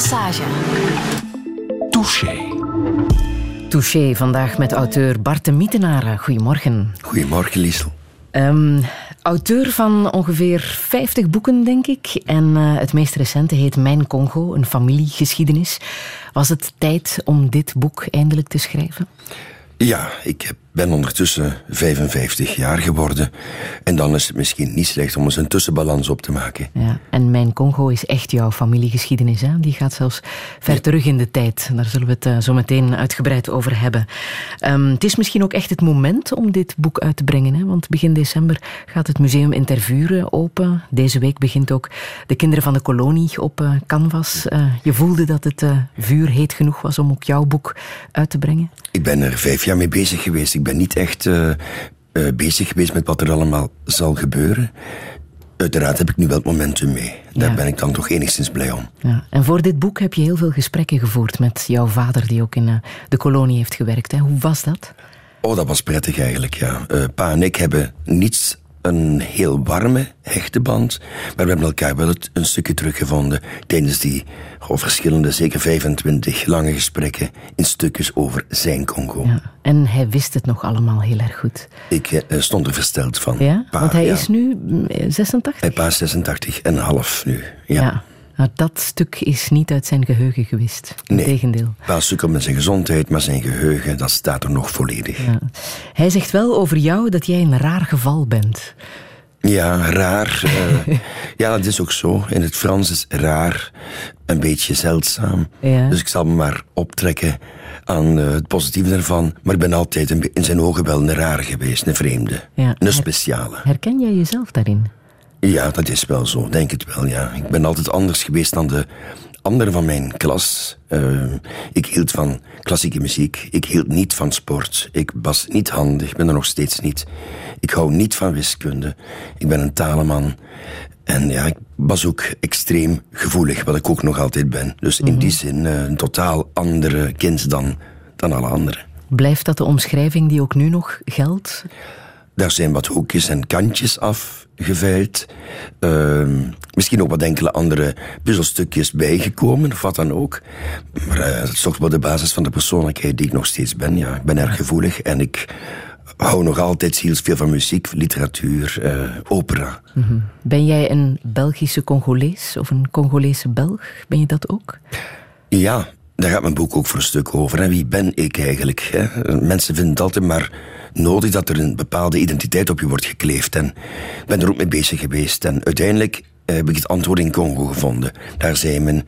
Passage. Touché. Touché, vandaag met auteur Bart de Mietenaren. Goedemorgen. Goedemorgen, Liesel. Auteur van ongeveer 50 boeken, denk ik. En het meest recente heet Mijn Congo, een familiegeschiedenis. Was het tijd om dit boek eindelijk te schrijven? Ja, ik ben ondertussen 55 jaar geworden. En dan is het misschien niet slecht om eens een tussenbalans op te maken. Ja, en Mijn Congo is echt jouw familiegeschiedenis. Hè? Die gaat zelfs ver terug in de tijd. Daar zullen we het zo meteen uitgebreid over hebben. Het is misschien ook echt het moment om dit boek uit te brengen. Hè? Want begin december gaat het museum in Tervuren open. Deze week begint ook De Kinderen van de Kolonie op Canvas. Je voelde dat het vuur heet genoeg was om ook jouw boek uit te brengen? Ik ben er 5 jaar mee bezig geweest. Ik ben niet echt bezig geweest met wat er allemaal zal gebeuren. Uiteraard heb ik nu wel het momentum mee. Daar ben ik dan toch enigszins blij om. Ja. En voor dit boek heb je heel veel gesprekken gevoerd met jouw vader, die ook in de kolonie heeft gewerkt. Hè? Hoe was dat? Oh, dat was prettig eigenlijk, ja. Pa en ik hebben niets een heel warme, hechte band. Maar we hebben elkaar wel een stukje teruggevonden tijdens die verschillende, zeker 25 lange gesprekken in stukjes over zijn Congo. Ja. En hij wist het nog allemaal heel erg goed. Ik stond er versteld van. Ja? Want hij is nu 86? Hij pa is 86,5 nu, ja. Maar dat stuk is niet uit zijn geheugen gewist. Integendeel. Pa sukkelt met zijn gezondheid, maar zijn geheugen, dat staat er nog volledig. Ja. Hij zegt wel over jou dat jij een raar geval bent. Ja, raar. Ja, dat is ook zo. In het Frans is raar een beetje zeldzaam. Ja. Dus ik zal me maar optrekken aan het positieve ervan. Maar ik ben altijd in zijn ogen wel een rare geweest, een vreemde. Ja. Een speciale. Herken jij jezelf daarin? Ja, dat is wel zo, denk het wel, ja. Ik ben altijd anders geweest dan de anderen van mijn klas. Ik hield van klassieke muziek. Ik hield niet van sport. Ik was niet handig, ik ben er nog steeds niet. Ik hou niet van wiskunde. Ik ben een talenman. En ja, ik was ook extreem gevoelig, wat ik ook nog altijd ben. Dus in die zin een totaal andere kind dan alle anderen. Blijft dat de omschrijving die ook nu nog geldt? Daar zijn wat hoekjes en kantjes afgeveild. Misschien ook wat enkele andere puzzelstukjes bijgekomen, of wat dan ook. Maar het is toch wel de basis van de persoonlijkheid die ik nog steeds ben. Ja, ik ben erg gevoelig en ik hou nog altijd zielsveel van muziek, literatuur, opera. Mm-hmm. Ben jij een Belgische Congolees of een Congolese Belg? Ben je dat ook? Ja, daar gaat mijn boek ook voor een stuk over. En wie ben ik eigenlijk? Hè? Mensen vinden het altijd maar nodig dat er een bepaalde identiteit op je wordt gekleefd. En ik ben er ook mee bezig geweest. En uiteindelijk heb ik het antwoord in Congo gevonden. Daar zei men,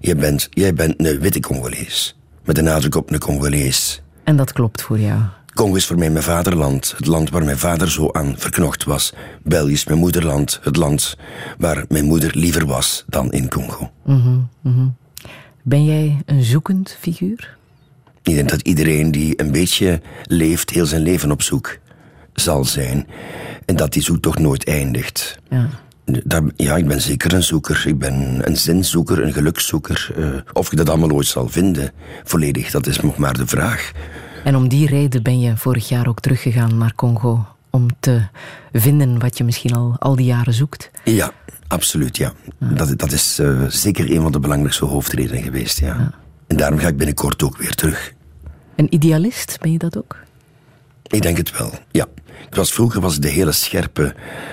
jij bent een witte Congolees. Met een nadruk op een Congolees. En dat klopt voor jou? Congo is voor mij mijn vaderland. Het land waar mijn vader zo aan verknocht was. België is mijn moederland. Het land waar mijn moeder liever was dan in Congo. Mm-hmm, mm-hmm. Ben jij een zoekend figuur? Ik denk dat iedereen die een beetje leeft, heel zijn leven op zoek zal zijn. En dat die zoektocht nooit eindigt. Ja, ik ben zeker een zoeker. Ik ben een zinzoeker, een gelukszoeker. Of ik dat allemaal ooit zal vinden, volledig, dat is nog maar de vraag. En om die reden ben je vorig jaar ook teruggegaan naar Congo om te vinden wat je misschien al die jaren zoekt? Ja, absoluut, ja. Dat is zeker een van de belangrijkste hoofdredenen geweest, ja. En daarom ga ik binnenkort ook weer terug. Een idealist, ben je dat ook? Ik denk het wel, ja. Vroeger was ik de hele scherpe,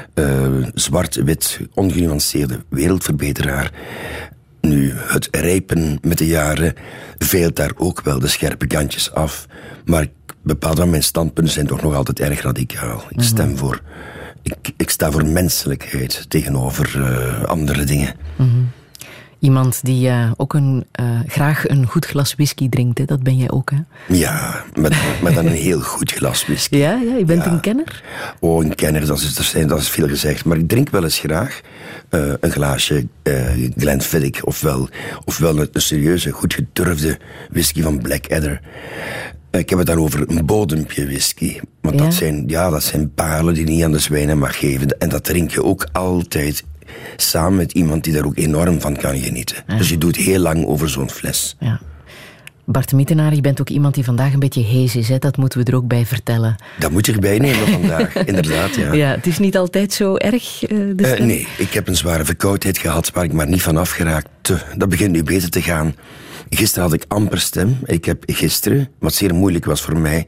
zwart-wit, ongenuanceerde wereldverbeteraar. Nu, het rijpen met de jaren veelt daar ook wel de scherpe kantjes af. Maar bepaalde van mijn standpunten zijn toch nog altijd erg radicaal. Ik stem voor... Ik sta voor menselijkheid tegenover andere dingen. Mm-hmm. Iemand die ook graag een goed glas whisky drinkt, hè? Dat ben jij ook, hè? Ja, met dan een heel goed glas whisky. Ja, je bent een kenner? Oh, een kenner, dat is veel gezegd. Maar ik drink wel eens graag een glaasje Glenfiddich, ofwel een serieuze, goed gedurfde whisky van Blackadder. Ik heb het dan over een bodempje whisky. Want dat zijn parelen die je niet aan de zwijnen mag geven. En dat drink je ook altijd samen met iemand die daar ook enorm van kan genieten. Ja. Dus je doet heel lang over zo'n fles. Ja. Bart Mietenaar, je bent ook iemand die vandaag een beetje hees is. Hè? Dat moeten we er ook bij vertellen. Dat moet je erbij nemen vandaag, inderdaad. Ja. Ja, het is niet altijd zo erg, de stem? Nee, ik heb een zware verkoudheid gehad waar ik maar niet van afgeraakt. Dat begint nu beter te gaan. Gisteren had ik amper stem. Ik heb gisteren, wat zeer moeilijk was voor mij,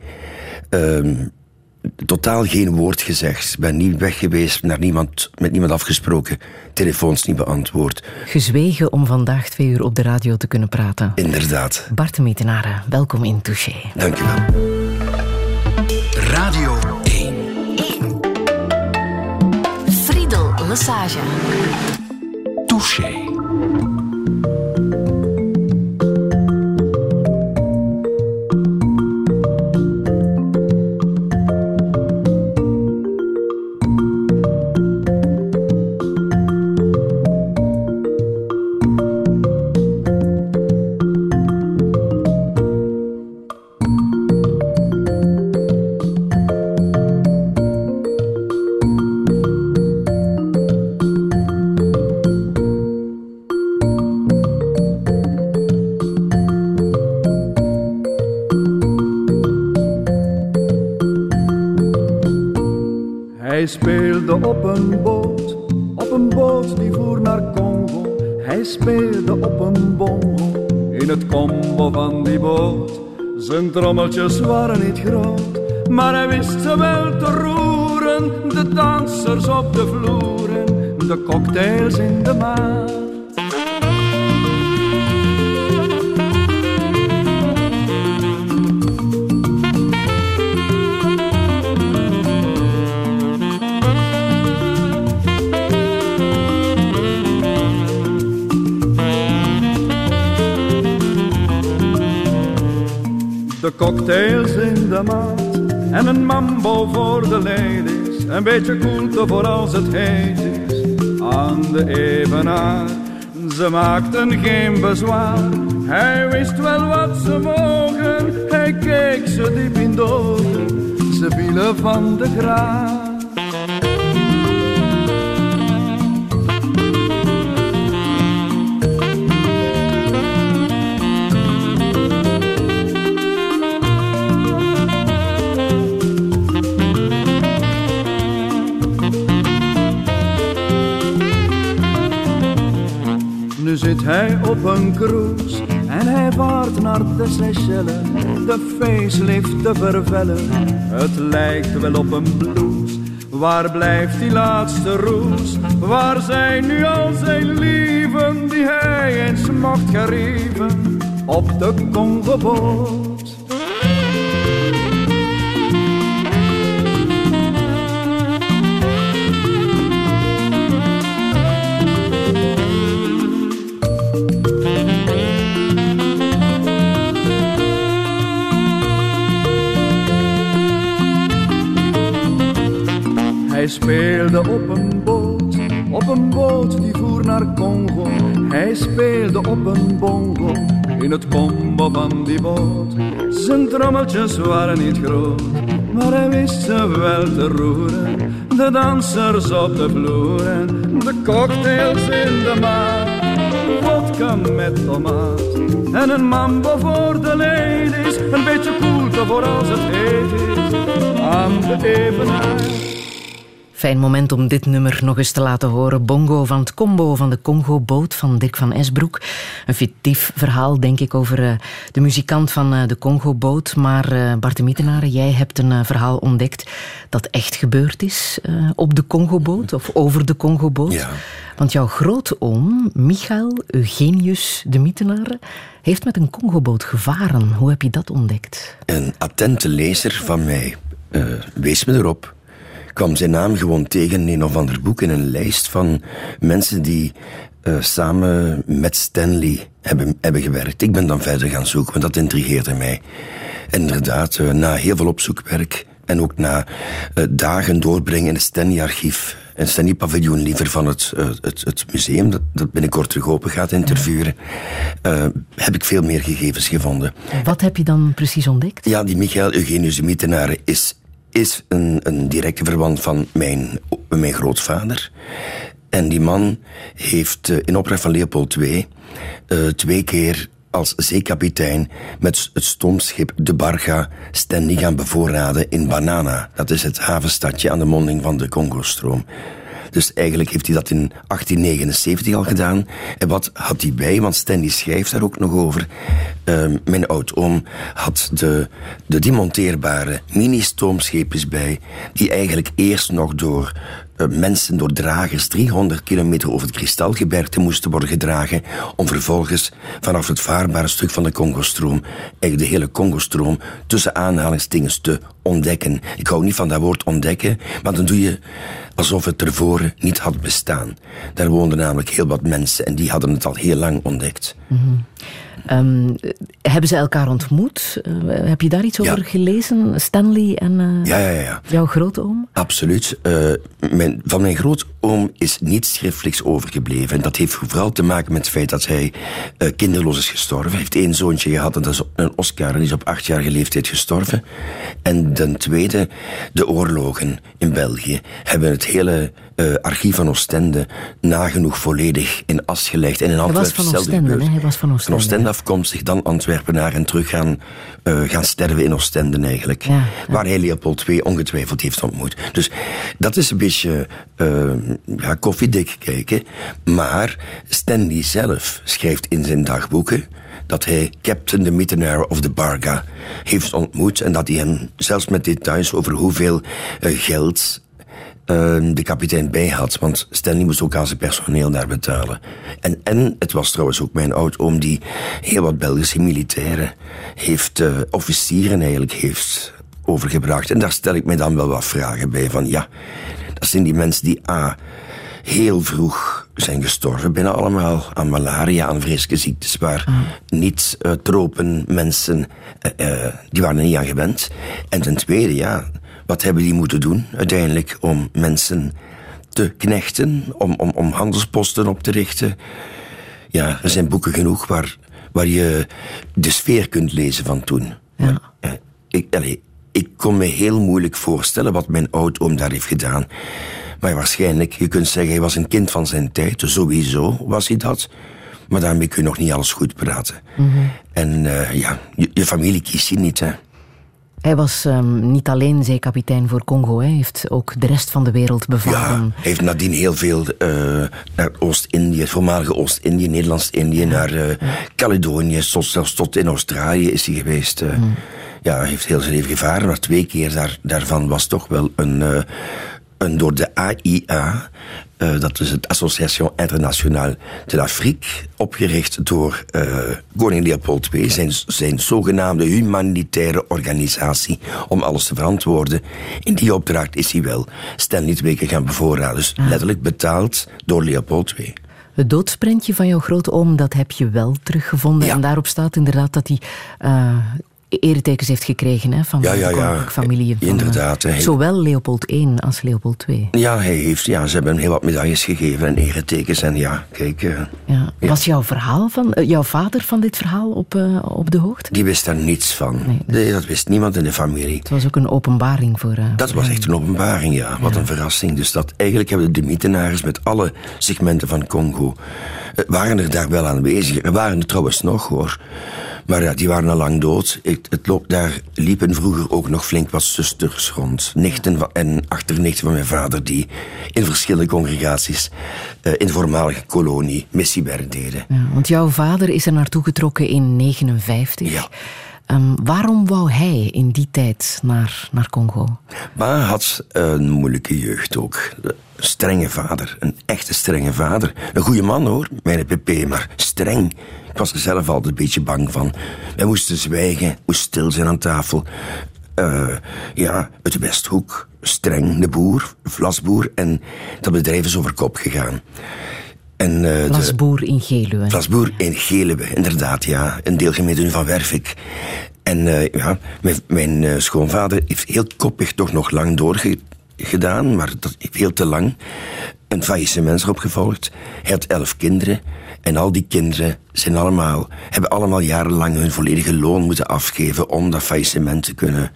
totaal geen woord gezegd. Ik ben niet weg geweest, met niemand afgesproken, telefoons niet beantwoord. Gezwegen om vandaag 2 uur op de radio te kunnen praten. Inderdaad. Bart Mietenaar, welkom in Touché. Dank u wel. Radio 1. Friedel Lesage. Touché. Hij speelde op een boot die voer naar Congo. Hij speelde op een bongo, in het combo van die boot. Zijn trommeltjes waren niet groot, maar hij wist ze wel te roeren. De dansers op de vloeren, de cocktails in de maat. De cocktails in de maat en een mambo voor de ladies. Een beetje koelte voor als het heet is aan de evenaar. Ze maakten geen bezwaar, hij wist wel wat ze mogen. Hij keek ze diep in de ogen, ze vielen van de graad. Nu zit hij op een cruise en hij vaart naar de Seychelles. De facelift te vervellen, het lijkt wel op een blues. Waar blijft die laatste roes? Waar zijn nu al zijn lieven die hij eens mocht gerieven op de Congo-boot? Hij speelde op een boot die voer naar Congo. Hij speelde op een bongo, in het combo van die boot. Zijn trommeltjes waren niet groot, maar hij wist ze wel te roeren. De dansers op de vloeren, de cocktails in de maat. Vodka met tomaat en een mambo voor de ladies. Een beetje koelte voor als het heet is aan de evenaar. Fijn moment om dit nummer nog eens te laten horen. Bongo van het combo van de Congo-boot van Dirk van Esbroek. Een fictief verhaal, denk ik, over de muzikant van de Congo-boot. Maar Bart Mietenaar, jij hebt een verhaal ontdekt dat echt gebeurd is op de Congo-boot of over de Congo-boot. Ja. Want jouw grootoom, Michael Eugenius de Mietenaar, heeft met een Congo-boot gevaren. Hoe heb je dat ontdekt? Een attente lezer van mij wees me erop. Kwam zijn naam gewoon tegen in een of ander boek in een lijst van mensen die samen met Stanley hebben gewerkt. Ik ben dan verder gaan zoeken, want dat intrigeerde mij. En inderdaad, na heel veel opzoekwerk en ook na dagen doorbrengen in het Stanley-archief, een Stanley-paviljoen liever van het museum, dat binnenkort terug open gaat interviewen, heb ik veel meer gegevens gevonden. Wat heb je dan precies ontdekt? Ja, die Michael Eugenius de Mietenaar is een directe verwant van mijn grootvader. En die man heeft in opdracht van Leopold II 2 keer als zeekapitein met het stoomschip de Barga Stanley gaan bevoorraden in Banana. Dat is het havenstadje aan de monding van de Congo-stroom. Dus eigenlijk heeft hij dat in 1879 al gedaan. En wat had hij bij? Want Stanley schrijft daar ook nog over. Mijn oud-oom had de demonteerbare mini-stoomscheepjes bij, die eigenlijk eerst nog door mensen, door dragers, 300 kilometer over het Kristalgebergte moesten worden gedragen, om vervolgens vanaf het vaarbare stuk van de Congo-stroom, eigenlijk de hele Congo-stroom, tussen aanhalingstekens te ontdekken. Ik hou niet van dat woord ontdekken, maar dan doe je alsof het tevoren niet had bestaan. Daar woonden namelijk heel wat mensen en die hadden het al heel lang ontdekt. Mm-hmm. Hebben ze elkaar ontmoet? Heb je daar iets over gelezen? Stanley en jouw grootoom? Absoluut. Van mijn grootoom is niets schriftelijks overgebleven. En dat heeft vooral te maken met het feit dat hij kinderloos is gestorven. Hij heeft 1 zoontje gehad, en dat is een Oscar, en die is op 8-jarige leeftijd gestorven. En ten tweede, de oorlogen in België hebben het hele archief van Oostende nagenoeg volledig in as gelegd. En in Antwerpen hij was van Oostende, hè? Hij was van Oostende. Van Oostende afkomstig, dan Antwerpenaar en terug gaan sterven in Oostende eigenlijk. Ja. Waar hij Leopold II ongetwijfeld heeft ontmoet. Dus dat is een beetje koffiedik kijken. Maar Stanley zelf schrijft in zijn dagboeken dat hij Captain de Mittenaar of de Barga heeft ontmoet en dat hij hem zelfs met details over hoeveel geld de kapitein bij had, want Stanley moest ook aan zijn personeel daar betalen. En het was trouwens ook mijn oud-oom die heel wat Belgische militairen heeft, officieren eigenlijk heeft overgebracht. En daar stel ik mij dan wel wat vragen bij van dat zijn die mensen die heel vroeg zijn gestorven, bijna allemaal aan malaria, aan vreselijke ziektes, waar niet tropen mensen, die waren er niet aan gewend. En ten tweede, wat hebben die moeten doen uiteindelijk om mensen te knechten, om handelsposten op te richten? Ja, er zijn boeken genoeg waar je de sfeer kunt lezen van toen. Ja. Ik kon me heel moeilijk voorstellen wat mijn oud-oom daar heeft gedaan. Maar waarschijnlijk, je kunt zeggen, hij was een kind van zijn tijd. Sowieso was hij dat. Maar daarmee kun je nog niet alles goed praten. Mm-hmm. En je familie kiest je niet, hè. Hij was niet alleen zeekapitein voor Congo, hij heeft ook de rest van de wereld bevaren. Ja, hij heeft nadien heel veel naar Oost-Indië, het voormalige Oost-Indië, Nederlands-Indië, naar Caledonië, zelfs tot in Australië is hij geweest. Hij heeft heel zijn leven gevaren, maar 2 keer daarvan was toch wel een door de AIA, dat is het Association Internationale de l'Afrique, opgericht door koning Leopold II, zijn zogenaamde humanitaire organisatie, om alles te verantwoorden. In die opdracht is hij wel Stanley 2 keer gaan bevoorraden, dus letterlijk betaald door Leopold II. Het doodsprentje van jouw grootoom, dat heb je wel teruggevonden. Ja. En daarop staat inderdaad dat hij eretekens heeft gekregen van de koninklijke familie. Van, inderdaad. Zowel Leopold I als Leopold II. Ja, ze hebben hem heel wat medailles gegeven en eretekens. En kijk... Was jouw vader van dit verhaal op de hoogte? Die wist daar niets van. Nee, dat wist niemand in de familie. Het was ook een openbaring voor... dat was echt een openbaring, ja. Wat een verrassing. Dus eigenlijk hebben de Mittenaars met alle segmenten van Congo waren er daar wel aanwezig. Er waren er trouwens nog, hoor. Maar die waren al lang dood. Daar liepen vroeger ook nog flink wat zusters rond. Nichten en achternichten van mijn vader, die in verschillende congregaties in de voormalige kolonie missiewerk deden. Ja, want jouw vader is er naartoe getrokken in 1959. Ja. Waarom wou hij in die tijd naar Congo? Maar hij had een moeilijke jeugd ook. Een strenge vader, een echte strenge vader. Een goede man, hoor, mijn pp, maar streng. Ik was er zelf altijd een beetje bang van. Wij moesten zwijgen, moesten stil zijn aan tafel. Het Westhoek, streng, de boer, Vlasboer. En dat bedrijf is over kop gegaan. Vlasboer in Geluwe. Vlasboer in Geluwe, inderdaad, ja. Een deelgemeente van Wervik. En mijn schoonvader heeft heel koppig toch nog lang doorgedaan, maar dat veel te lang. Een faillissement erop gevolgd. Hij had 11 kinderen. En al die kinderen hebben allemaal jarenlang hun volledige loon moeten afgeven om dat faillissement te kunnen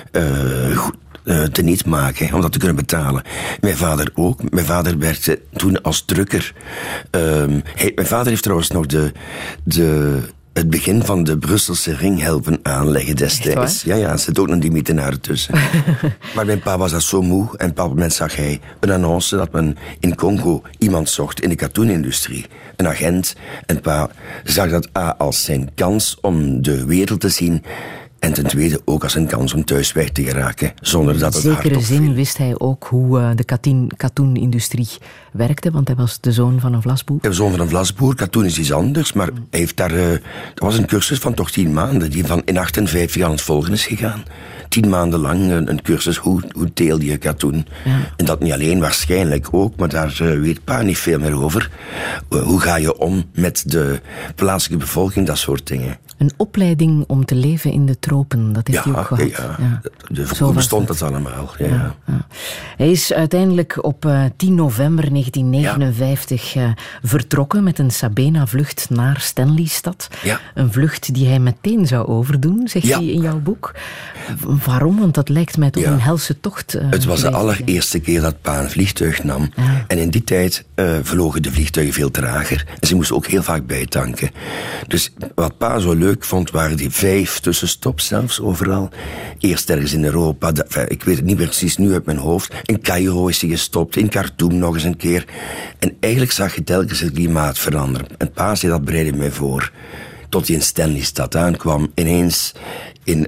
teniet maken, om dat te kunnen betalen. Mijn vader ook. Mijn vader werkte toen als drukker. Mijn vader heeft trouwens nog het begin van de Brusselse ring helpen aanleggen destijds. Ja, er zit ook een Dimitienaar tussen. Maar mijn pa was dat zo moe. En op een bepaald moment zag hij een annonce dat men in Congo iemand zocht in de katoenindustrie. Een agent. En pa zag dat als zijn kans om de wereld te zien. En ten tweede ook als een kans om thuis weg te geraken, zonder dat het hard opviel. In zekere zin wist hij ook hoe de katoenindustrie werkte, want hij was de zoon van een vlasboer. Hij was zoon van een vlasboer, katoen is iets anders, maar hij heeft daar... dat was een cursus van toch 10 maanden, die van in 58 aan het volgen is gegaan. 10 maanden lang een cursus, hoe teelde je katoen. Ja. En dat niet alleen, waarschijnlijk ook, maar daar weet pa niet veel meer over. Hoe ga je om met de plaatselijke bevolking, dat soort dingen. Een opleiding om te leven in de tropen, dat heeft hij ook gehad. Ja. Hoe bestond dat allemaal? Ja. Hij is uiteindelijk op 10 november 1959 vertrokken met een Sabena-vlucht naar Stanleystad. Ja. Een vlucht die hij meteen zou overdoen, zegt hij in jouw boek. Waarom? Want dat lijkt mij toch een helse tocht. Het was de allereerste keer dat pa een vliegtuig nam. Ja. En in die tijd vlogen de vliegtuigen veel trager. En ze moesten ook heel vaak bijtanken. Dus wat pa zo leuk vond, waren die 5 tussenstops zelfs overal. Eerst ergens in Europa, ik weet het niet meer precies nu uit mijn hoofd. In Cairo is hij gestopt, in Khartoum nog eens een keer. En eigenlijk zag je telkens het klimaat veranderen. En pa zei, dat bereidde mij voor. Tot hij in Stanleystad aankwam, ineens in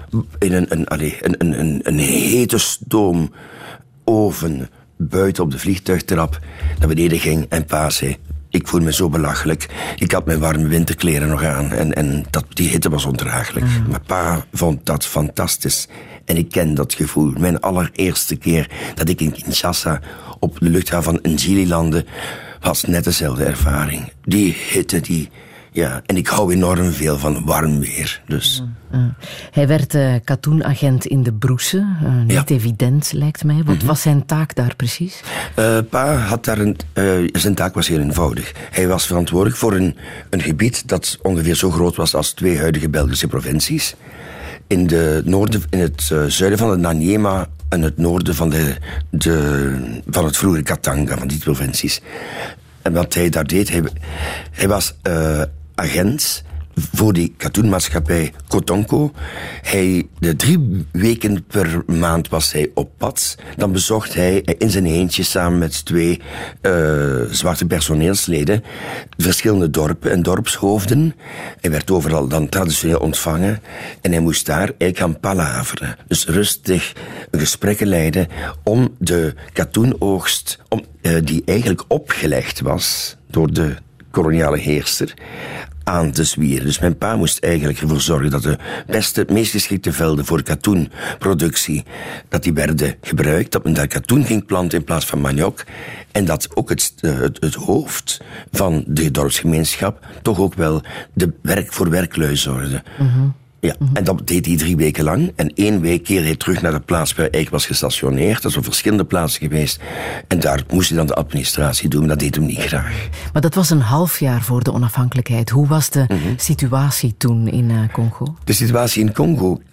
een hete stoomoven buiten op de vliegtuigtrap naar beneden ging en pa zei, ik voel me zo belachelijk. Ik had mijn warme winterkleren nog aan en die hitte was ondraaglijk. Maar pa vond dat fantastisch. En ik ken dat gevoel. Mijn allereerste keer dat ik in Kinshasa op de luchthaven van Njili landde, was net dezelfde ervaring. Die hitte, ja, en ik hou enorm veel van warm weer. Dus. Hij werd katoenagent in de Broese. Niet evident, lijkt mij. Wat was zijn taak daar precies? Pa had daar zijn taak was heel eenvoudig. Hij was verantwoordelijk voor een gebied dat ongeveer zo groot was als 2 huidige Belgische provincies. In het zuiden van het Nanyema en het noorden van het vroegere Katanga, van die provincies. En wat hij daar deed, hij was agent voor die katoenmaatschappij Kotonko. De 3 weken per maand was hij op pad. Dan bezocht hij in zijn eentje samen met 2 zwarte personeelsleden verschillende dorpen en dorpshoofden. Hij werd overal dan traditioneel ontvangen. En hij moest daar eigenlijk gaan palaveren. Dus rustig gesprekken leiden om de katoenoogst, die eigenlijk opgelegd was door de koloniale heerser, aan te zwieren. Dus mijn pa moest eigenlijk ervoor zorgen dat de beste, meest geschikte velden voor katoenproductie, dat die werden gebruikt, dat men daar katoen ging planten in plaats van maniok, en dat ook het hoofd van de dorpsgemeenschap toch ook wel voor werklui zorgde. Ja, en dat deed hij 3 weken lang. En 1 week keerde hij terug naar de plaats waar hij eigenlijk was gestationeerd. Dat is op verschillende plaatsen geweest. En daar moest hij dan de administratie doen. Dat deed hem niet graag. Maar dat was een half jaar voor de onafhankelijkheid. Hoe was de situatie toen in Congo? De situatie in Congo,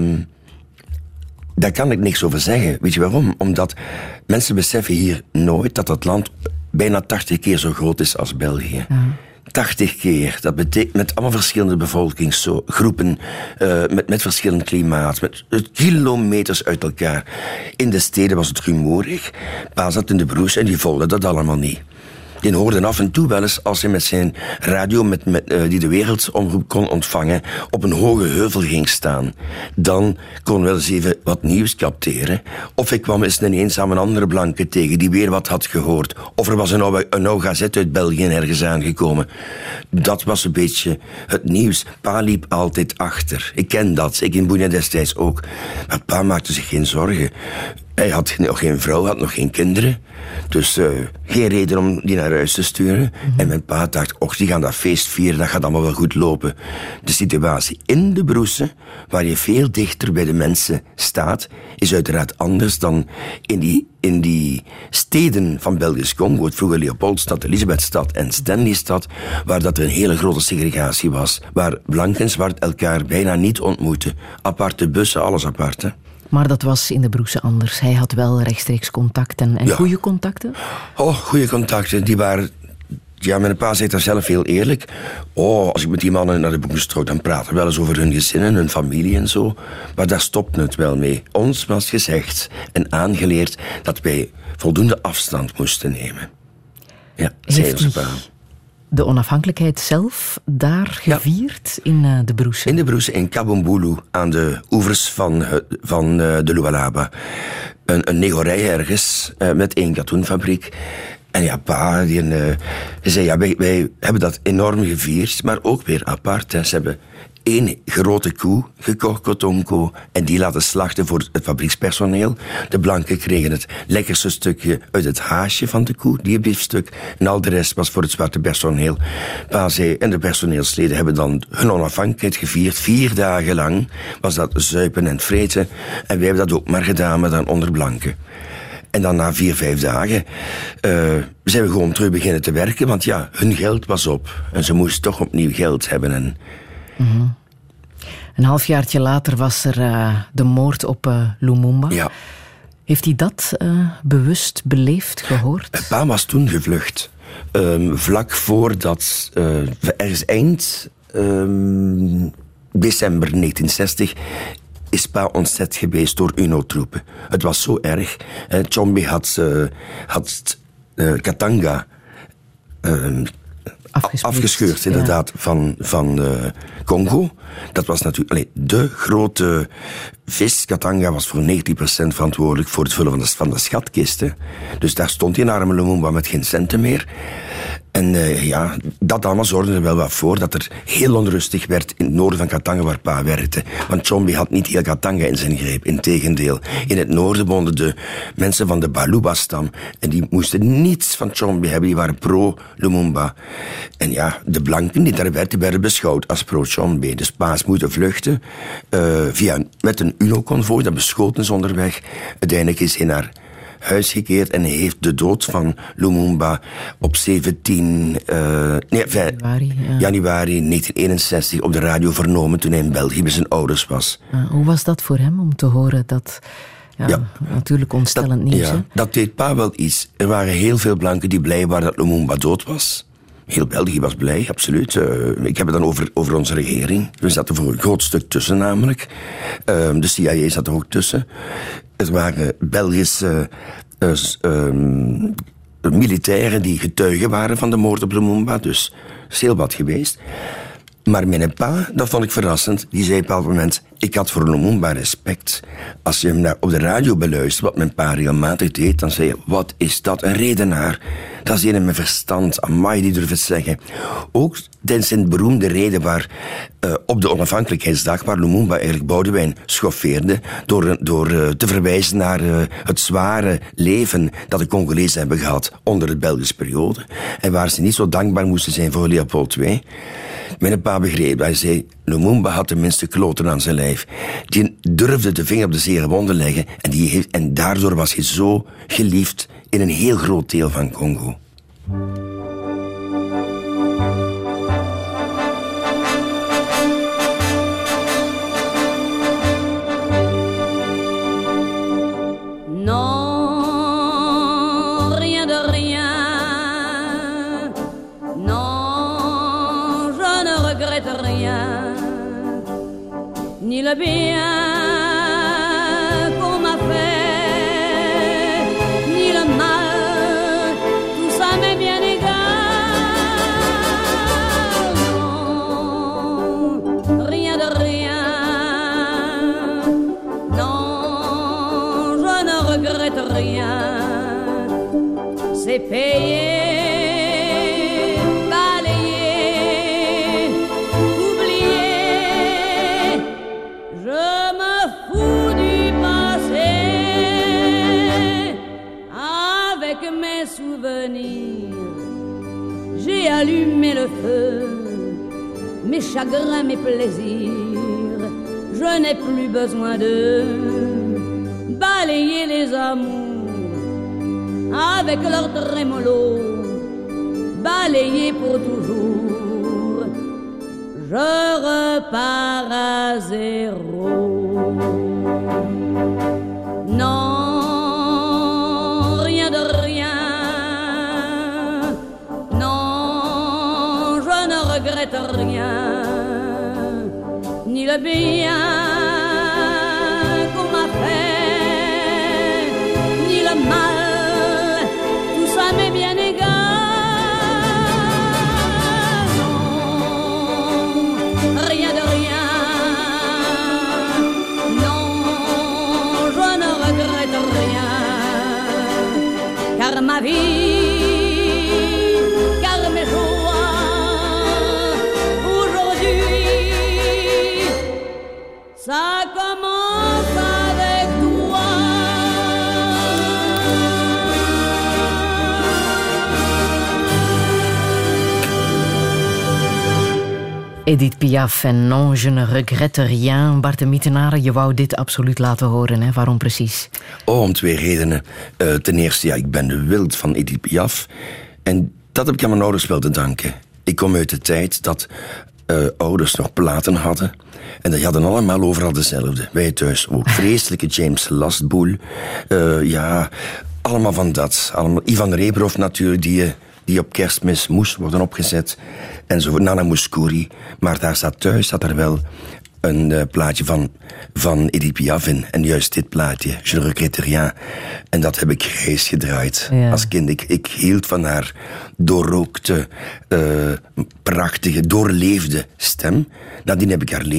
daar kan ik niks over zeggen. Weet je waarom? Omdat mensen beseffen hier nooit dat dat land bijna 80 keer zo groot is als België. 80 keer. Dat betekent met allemaal verschillende bevolkingsgroepen, met verschillend klimaat, met kilometers uit elkaar. In de steden was het rumoerig. Pa zat in de Broes en die volgde dat allemaal niet. Die hoorde af en toe wel eens, als hij met zijn radio, die de wereldomroep kon ontvangen, op een hoge heuvel ging staan. Dan kon wel eens even wat nieuws capteren. Of ik kwam eens ineens aan een andere blanke tegen die weer wat had gehoord. Of er was een oude gazet uit België ergens aangekomen. Dat was een beetje het nieuws. Pa liep altijd achter. Ik ken dat. Ik in Boeien destijds ook. Maar pa maakte zich geen zorgen. Hij had nog geen vrouw, had nog geen kinderen. Dus geen reden om die naar huis te sturen. En mijn pa dacht, die gaan dat feest vieren, dat gaat allemaal wel goed lopen. De situatie in de Broese, waar je veel dichter bij de mensen staat, is uiteraard anders dan in die steden van Belgisch Congo, het vroege Leopoldstad, Elisabethstad en Stanleystad, waar dat er een hele grote segregatie was, waar blank en zwart elkaar bijna niet ontmoeten. Aparte bussen, alles apart, hè. Maar dat was in de Broese anders. Hij had wel rechtstreeks contacten en goede contacten? Oh, goede contacten. Die waren Ja, mijn pa zegt dat zelf heel eerlijk. Oh, als ik met die mannen naar de boek strook, dan praten we wel eens over hun gezinnen, hun familie en zo. Maar daar stopt het wel mee. Ons was gezegd en aangeleerd dat wij voldoende afstand moesten nemen. Ja, zei onze pa. De onafhankelijkheid zelf daar gevierd in de Broese? In de Broese, in Kabombulu, aan de oevers van de Lualaba. Een negorij ergens, met 1 katoenfabriek. En ja, pa, die zei, ja, wij hebben dat enorm gevierd, maar ook weer apart. Hè. Ze hebben 1 grote koe gekocht, Kotonko, en die laten slachten voor het fabriekspersoneel. De blanken kregen het lekkerste stukje uit het haasje van de koe, die biefstuk, en al de rest was voor het zwarte personeel. Pa zei, en de personeelsleden hebben dan hun onafhankelijkheid gevierd. 4 dagen lang was dat zuipen en vreten, en wij hebben dat ook maar gedaan, maar dan onder blanken. En dan na 4-5 dagen zijn we gewoon terug beginnen te werken, want ja, hun geld was op. En ze moesten toch opnieuw geld hebben. En... Mm-hmm. Een halfjaartje later was er de moord op Lumumba. Ja. Heeft hij dat bewust beleefd, gehoord? Pa was toen gevlucht. Vlak voordat, ergens eind december 1960... is pa ontzet geweest door UNO-troepen. Het was zo erg. Tshombe had Katanga afgescheurd, inderdaad, van Congo. Dat was natuurlijk de grote vis. Katanga was voor 90% verantwoordelijk voor het vullen van de schatkisten. Dus daar stond die arme Lumumba met geen centen meer. En dat allemaal zorgde er wel wat voor dat er heel onrustig werd in het noorden van Katanga waar pa werkte. Want Tshombe had niet heel Katanga in zijn greep. Integendeel, in het noorden woonden de mensen van de Baluba-stam. En die moesten niets van Tshombe hebben. Die waren pro-Lumumba. En ja, de blanken die daar werden beschouwd als pro-Tshombe. Dus pa's moeten vluchten met een UNO-convooi. Dat beschoten ze onderweg. Uiteindelijk is hij naar huis gekeerd en heeft de dood van Lumumba op 17 januari 1961 op de radio vernomen toen hij in België bij zijn ouders was. Hoe was dat voor hem om te horen dat... natuurlijk ontstellend nieuws. Ja, dat deed pa wel iets. Er waren heel veel blanken die blij waren dat Lumumba dood was. Heel België was blij, absoluut. Ik heb het dan over onze regering. We zaten voor een groot stuk tussen namelijk. De CIA zat er ook tussen. Het waren Belgische militairen die getuigen waren van de moord op Lumumba. Dus dat is heel wat geweest. Maar mijn pa, dat vond ik verrassend. Die zei op een bepaald moment, ik had voor Lumumba respect. Als je hem op de radio beluistert, wat mijn pa regelmatig deed, dan zei je, wat is dat, een redenaar. Dat is een met verstand, amai, die durft het zeggen. Ook tijdens zijn beroemde reden waar op de onafhankelijkheidsdag, waar Lumumba eigenlijk Boudewijn schoffeerde, door te verwijzen naar het zware leven dat de Congolezen hebben gehad onder de Belgische periode. En waar ze niet zo dankbaar moesten zijn voor Leopold II. Mijn pa begreep, hij zei, Lumumba had tenminste kloten aan zijn lijf. Die durfde de vinger op de zere wonden leggen en daardoor was hij zo geliefd in een heel groot deel van Congo. Ni le bien qu'on m'a fait, ni le mal, tout ça m'est bien égal. Non, rien de rien. Non, je ne regrette rien. C'est payé. J'ai allumé le feu, mes chagrins, mes plaisirs. Je n'ai plus besoin de balayer les amours avec leur trémolo, balayer pour toujours. Je repars à zéro. Non, rien de rien. Non, regrette rien, ni le bien qu'on m'a fait, ni le mal, tout ça m'est bien égal. Non, rien de rien, non, je ne regrette rien, car ma vie, ça commence avec toi. Edith Piaf en Non, je ne regrette rien. Bart de Mietenaar, je wou dit absoluut laten horen, hè? Waarom precies? Oh, om 2 redenen. Ten eerste, ja, ik ben de wild van Edith Piaf. En dat heb ik aan mijn ouders wel te danken. Ik kom uit de tijd dat ouders nog platen hadden. En die hadden allemaal overal dezelfde. Wij thuis ook. Vreselijke James Lastboel. Ja, allemaal van dat. Allemaal. Ivan Reberhoff natuurlijk, die op Kerstmis moest worden opgezet. En zo, Nana Mouskouri. Maar daar zat er wel een plaatje van Edith Piaf in. En juist dit plaatje, Je ne regrette rien. En dat heb ik grijs gedraaid als kind. Ik hield van haar doorrookte, prachtige, doorleefde stem. Nadien heb ik haar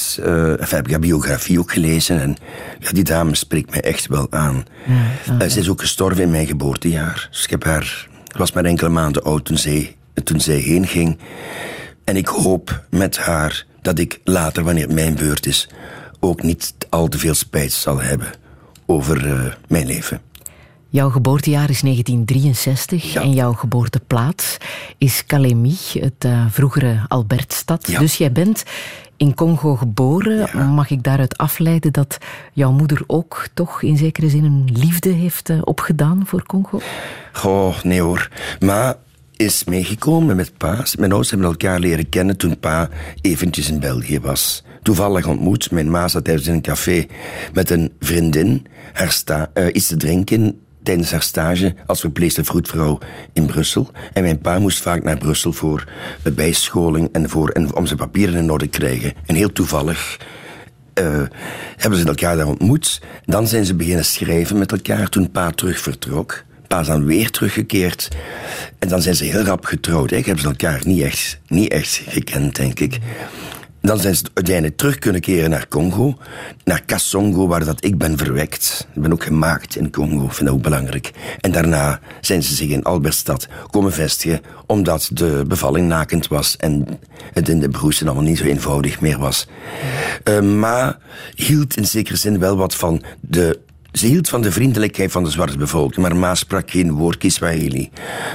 heb ik haar biografie ook gelezen. En ja, die dame spreekt mij echt wel aan. Ze is ook gestorven in mijn geboortejaar. Dus ik was maar enkele maanden oud toen zij heen ging. En ik hoop met haar dat ik later, wanneer het mijn beurt is, ook niet al te veel spijt zal hebben over mijn leven. Jouw geboortejaar is 1963 en jouw geboorteplaats is Kalemi, het vroegere Albertstad. Ja. Dus jij bent in Congo geboren. Ja. Mag ik daaruit afleiden dat jouw moeder ook toch in zekere zin een liefde heeft opgedaan voor Congo? Oh, nee hoor. Maar is meegekomen met pa. Mijn ouders hebben elkaar leren kennen toen pa eventjes in België was. Toevallig ontmoet. Mijn ma zat tijdens in een café met een vriendin iets te drinken tijdens haar stage als verpleegster vroedvrouw in Brussel. En mijn pa moest vaak naar Brussel voor bijscholing en om zijn papieren in orde te krijgen. En heel toevallig hebben ze elkaar daar ontmoet. Dan zijn ze beginnen schrijven met elkaar toen pa terug vertrok. Pa is dan weer teruggekeerd. En dan zijn ze heel rap getrouwd. Ik heb ze elkaar niet echt gekend, denk ik. Dan zijn ze uiteindelijk terug kunnen keren naar Congo. Naar Kasongo, waar dat ik ben verwekt. Ik ben ook gemaakt in Congo, vind dat ook belangrijk. En daarna zijn ze zich in Albertstad komen vestigen, omdat de bevalling nakend was en het in de broesten allemaal niet zo eenvoudig meer was. Maar hield in zekere zin wel wat van Ze hield van de vriendelijkheid van de zwarte bevolking, maar Ma sprak geen woord Kiswahili.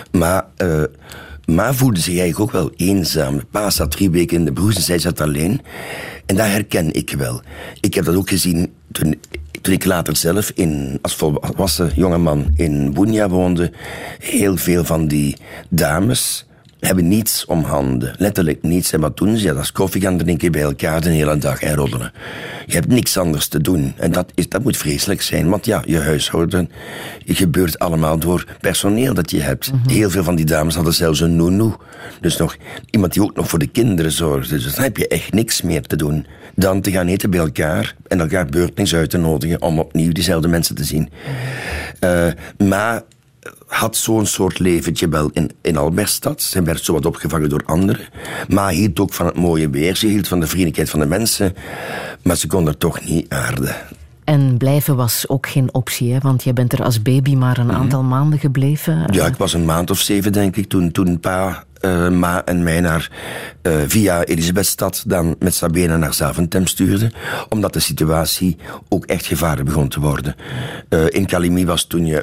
Ma voelde zich eigenlijk ook wel eenzaam. Pa zat 3 weken in de broes en zij zat alleen. En dat herken ik wel. Ik heb dat ook gezien toen ik later zelf als volwassen jongeman in Bunia woonde. Heel veel van die dames hebben niets om handen. Letterlijk niets. En wat doen ze? Ja, dat is koffie gaan drinken bij elkaar de hele dag en roddelen. Je hebt niks anders te doen. En dat moet vreselijk zijn. Want ja, je huishouden gebeurt allemaal door personeel dat je hebt. Mm-hmm. Heel veel van die dames hadden zelfs een nounou. Dus nog iemand die ook nog voor de kinderen zorgde. Dus dan heb je echt niks meer te doen dan te gaan eten bij elkaar en elkaar beurtelings uit te nodigen om opnieuw diezelfde mensen te zien. Maar had zo'n soort leventje wel in Albertstad. Ze werd zo wat opgevangen door anderen. Maar hield ook van het mooie weer. Ze hield van de vriendelijkheid van de mensen. Maar ze kon er toch niet aarden. En blijven was ook geen optie, hè? Want jij bent er als baby maar een aantal maanden gebleven. Ja, ik was een maand of 7, denk ik, toen pa, Ma en mij via Elisabethstad dan met Sabena naar Zaventem stuurde. Omdat de situatie ook echt gevaarlijk begon te worden. In Kalemi was toen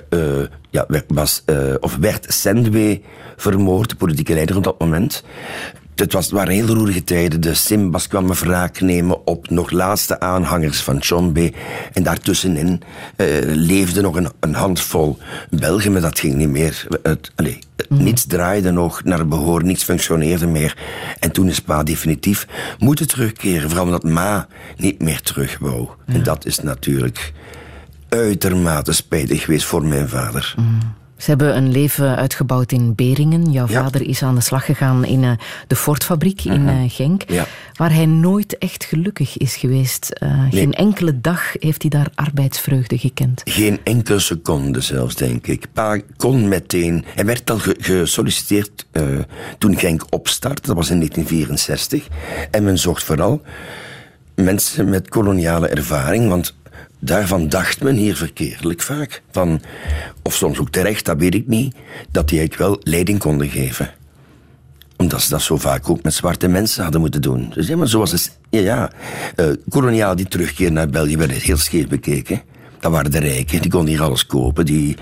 werd Sendwe vermoord, de politieke leider op dat moment. Het waren heel roerige tijden. De Simbas kwamen wraak nemen op nog laatste aanhangers van Tshombe. En daartussenin leefde nog een handvol Belgen, maar dat ging niet meer. Niets draaide nog naar behoor, niets functioneerde meer. En toen is pa definitief moeten terugkeren, vooral omdat Ma niet meer terug wou. Ja. En dat is natuurlijk uitermate spijtig geweest voor mijn vader. Ze hebben een leven uitgebouwd in Beringen. Jouw vader is aan de slag gegaan in de Ford-fabriek in Genk. Ja. Waar hij nooit echt gelukkig is geweest. Geen enkele dag heeft hij daar arbeidsvreugde gekend. Geen enkele seconde zelfs, denk ik. Pa kon meteen... Hij werd al gesolliciteerd toen Genk opstartte. Dat was in 1964. En men zocht vooral mensen met koloniale ervaring, want daarvan dacht men hier verkeerdelijk vaak. Of soms ook terecht, dat weet ik niet, dat die eigenlijk wel leiding konden geven. Omdat ze dat zo vaak ook met zwarte mensen hadden moeten doen. Dus ja, maar zoals het... koloniaal die terugkeer naar België werd heel scheef bekeken. Dat waren de rijken, die konden hier alles kopen. Die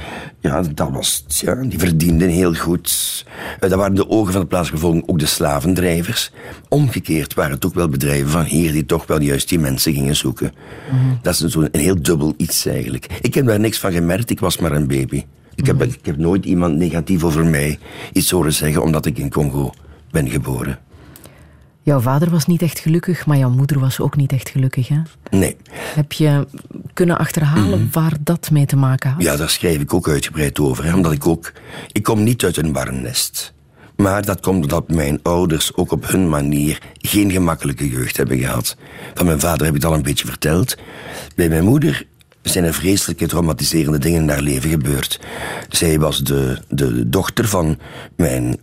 verdienden heel goed. Dat waren de ogen van de plaatsbevolking ook de slavendrijvers. Omgekeerd waren het ook wel bedrijven van hier die toch wel juist die mensen gingen zoeken. Mm-hmm. Dat is een heel dubbel iets eigenlijk. Ik heb daar niks van gemerkt, ik was maar een baby. Ik heb nooit iemand negatief over mij iets horen zeggen omdat ik in Congo ben geboren. Jouw vader was niet echt gelukkig, maar jouw moeder was ook niet echt gelukkig, hè? Nee. Heb je kunnen achterhalen waar dat mee te maken had? Ja, daar schrijf ik ook uitgebreid over. Hè, omdat ik kom niet uit een warm nest. Maar dat komt omdat mijn ouders ook op hun manier geen gemakkelijke jeugd hebben gehad. Van mijn vader heb ik het al een beetje verteld. Bij mijn moeder zijn er vreselijke traumatiserende dingen in haar leven gebeurd. Zij was de dochter van mijn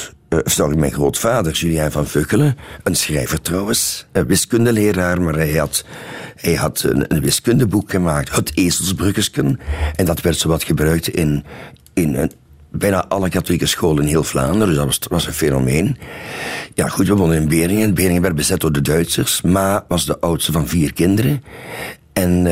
mijn grootvader, Julien van Vuggelen, een schrijver trouwens, een wiskundeleraar, maar hij had een wiskundeboek gemaakt, Het Ezelsbruggensken, en dat werd zowat gebruikt in bijna alle katholieke scholen in heel Vlaanderen, dus dat was een fenomeen. Ja goed, we woonden in Beringen. Beringen werd bezet door de Duitsers. Ma was de oudste van 4 kinderen. En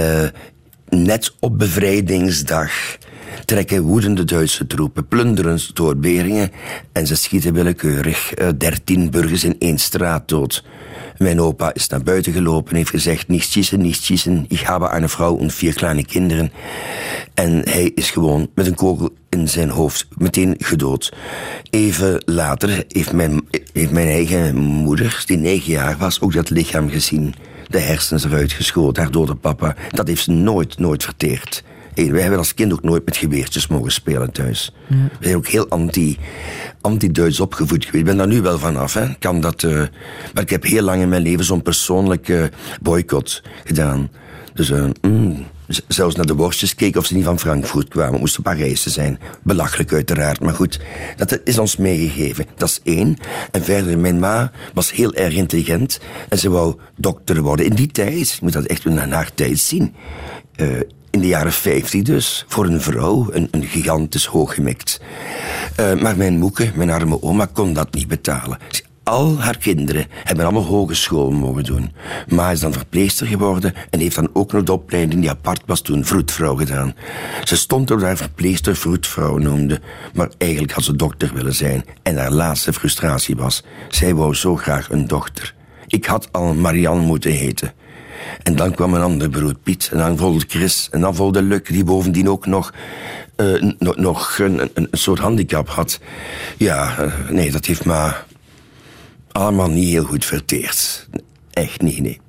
net op bevrijdingsdag trekken woedende Duitse troepen plunderend door Beringen en ze schieten willekeurig 13 burgers in 1 straat dood. Mijn opa is naar buiten gelopen en heeft gezegd, niet schiessen, ik habe eine Frau en 4 kleine kinderen. En hij is gewoon met een kogel in zijn hoofd meteen gedood. Even later heeft mijn eigen moeder, die 9 jaar was, ook dat lichaam gezien. De hersens eruit geschoten, haar dode papa. Dat heeft ze nooit verteerd. Wij hebben als kind ook nooit met geweertjes mogen spelen thuis. Ja. We zijn ook heel anti-Duits opgevoed geweest. Ik ben daar nu wel vanaf. Hè. Maar ik heb heel lang in mijn leven zo'n persoonlijke boycott gedaan. Dus zelfs naar de worstjes keken of ze niet van Frankfurt kwamen. Het moesten Parijzen zijn. Belachelijk uiteraard, maar goed. Dat is ons meegegeven. Dat is 1. En verder, mijn ma was heel erg intelligent. En ze wou dokter worden. In die tijd, je moet dat echt naar haar tijd zien. In de jaren 50 dus, voor een vrouw, een gigantisch hooggemikt. Maar mijn moeke, mijn arme oma, kon dat niet betalen. Al haar kinderen hebben allemaal hogeschool mogen doen. Ma is dan verpleegster geworden en heeft dan ook nog de opleiding die apart was toen vroedvrouw gedaan. Ze stond op haar verpleegster vroedvrouw noemde, maar eigenlijk had ze dokter willen zijn. En haar laatste frustratie was, zij wou zo graag een dochter. Ik had al Marianne moeten heten. En dan kwam een ander broer, Piet. En dan volgde Chris. En dan volgde Luc, die bovendien ook nog een soort handicap had. Ja, nee, dat heeft me allemaal niet heel goed verteerd. Echt niet, nee.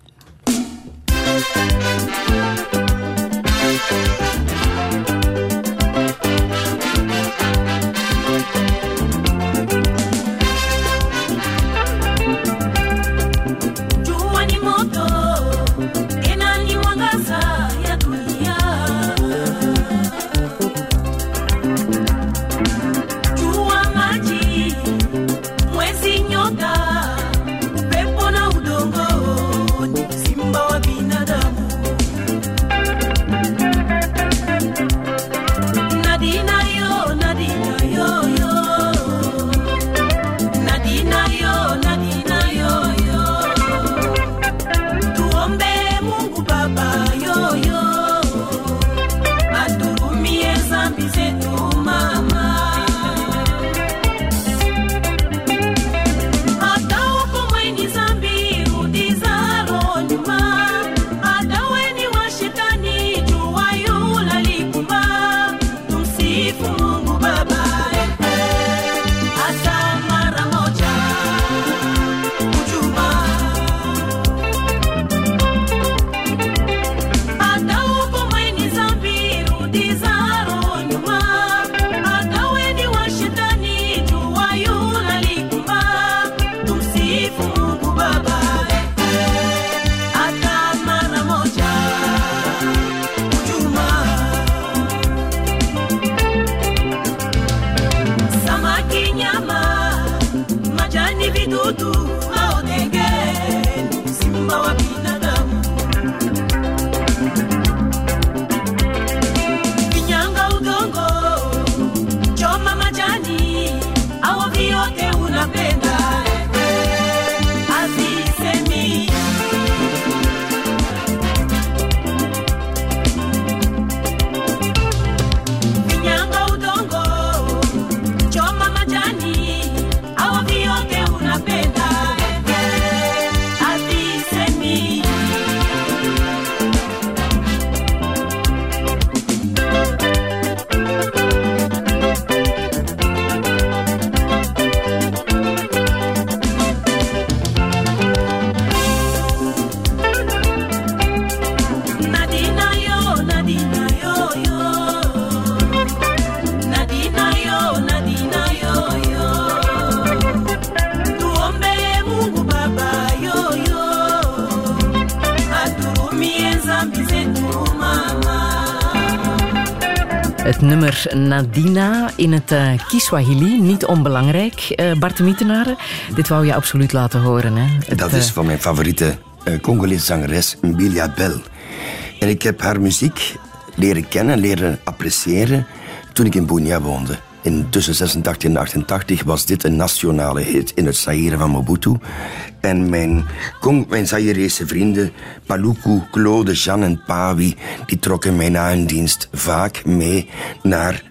Mobutu aodenge simba wa binadamu. Kinyanga udongo, choma majani, awa vyote unapenda. Azisemi kinyanga udongo, choma majani, awa vyote unapenda. Azisemi Nadina yo, Nadina yo yo. Nadina yo, Nadina yo yo. Tuombe Mungu Baba yo yo. Aturumie dhambi zetu mama. Het nummer Nadina in het Kiswahili, niet onbelangrijk. Bart de Mietenaren, dit wou je absoluut laten horen. Hè? Dat is van mijn favoriete Congolese zangeres Mbilia Bel. En ik heb haar muziek leren kennen, leren appreciëren toen ik in Bunia woonde. Tussen 86 en 88 was dit een nationale hit in het Zaïre van Mobutu. En mijn Zaïrese vrienden, Paluku, Claude, Jean en Pawi, die trokken mij na hun dienst vaak mee naar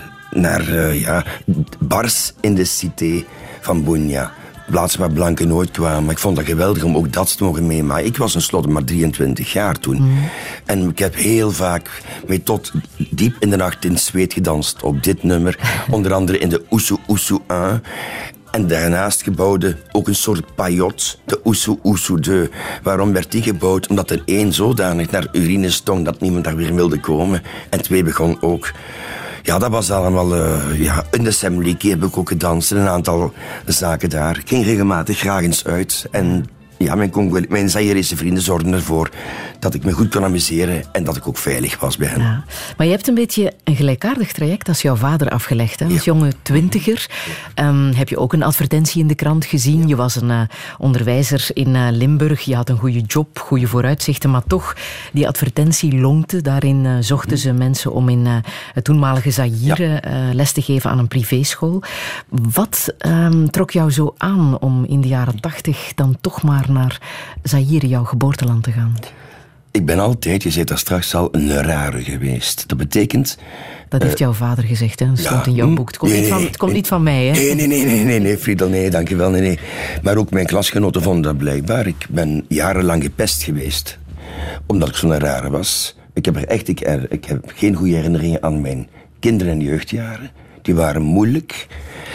bars in de cité van Bunia. Plaats waar blanken nooit kwamen. Ik vond dat geweldig om ook dat te mogen meemaken. Ik was tenslotte maar 23 jaar toen. En ik heb heel vaak mee tot diep in de nacht in zweet gedanst op dit nummer. Onder andere in de Oesu Oesu 1. En daarnaast gebouwde ook een soort pajot, de Oesu Oesu 2. Waarom werd die gebouwd? Omdat er 1 zodanig naar urine stonk dat niemand daar weer wilde komen. En 2 begon ook... Ja, dat was allemaal... in de Semliki heb ik ook gedanst. Een aantal zaken daar. Ik ging regelmatig graag eens uit. En ja, mijn Zaïrese vrienden zorgden ervoor dat ik me goed kon amuseren en dat ik ook veilig was bij hen. Ja. Maar je hebt een beetje een gelijkaardig traject als jouw vader afgelegd. Hè? Als jonge 20er heb je ook een advertentie in de krant gezien. Je was een onderwijzer in Limburg. Je had een goede job, goede vooruitzichten. Maar toch, die advertentie lonkte. Daarin zochten ze mensen om in het toenmalige Zaïre les te geven aan een privéschool. Wat trok jou zo aan om in de jaren 80 dan toch maar naar Zaïre, jouw geboorteland, te gaan? Ik ben altijd, je zei daar straks al, een rare geweest. Dat betekent... Dat heeft jouw vader gezegd, hè? Dat stond in jouw boek. Het komt niet van mij, hè? Nee, Friedel, nee, dankjewel, nee. Maar ook mijn klasgenoten vonden dat blijkbaar. Ik ben jarenlang gepest geweest. Omdat ik zo'n rare was. Ik heb geen goede herinneringen aan mijn kinder- en jeugdjaren. Die waren moeilijk.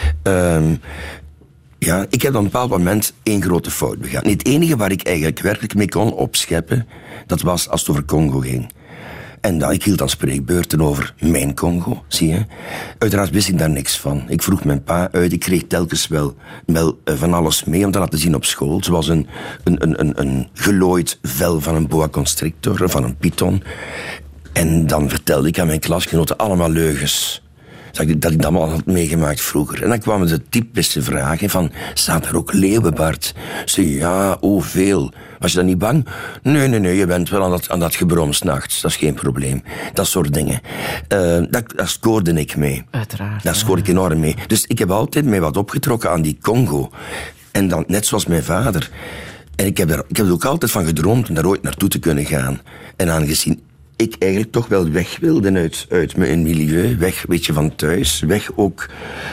Ik heb op een bepaald moment 1 grote fout begaan. Het enige waar ik eigenlijk werkelijk mee kon opscheppen, dat was als het over Congo ging. En ik hield dan spreekbeurten over mijn Congo, zie je. Uiteraard wist ik daar niks van. Ik vroeg mijn pa uit, ik kreeg telkens wel van alles mee om te laten zien op school. Zoals een gelooid vel van een boa constrictor, van een python. En dan vertelde ik aan mijn klasgenoten allemaal leugens. Dat ik dat allemaal had meegemaakt vroeger. En dan kwamen de typische vragen van... Staat er ook leeuwen, Bart? Zei ja, veel. Was je dan niet bang? Nee, je bent wel aan dat gebrom 's nachts. Dat is geen probleem. Dat soort dingen. Daar scoorde ik mee. Uiteraard. Daar scoorde ik enorm mee. Dus ik heb altijd mij wat opgetrokken aan die Congo. En dan, net zoals mijn vader. En ik heb er ook altijd van gedroomd om daar ooit naartoe te kunnen gaan. En aangezien ik eigenlijk toch wel weg wilde uit mijn milieu. Weg, weet je, van thuis. Weg ook,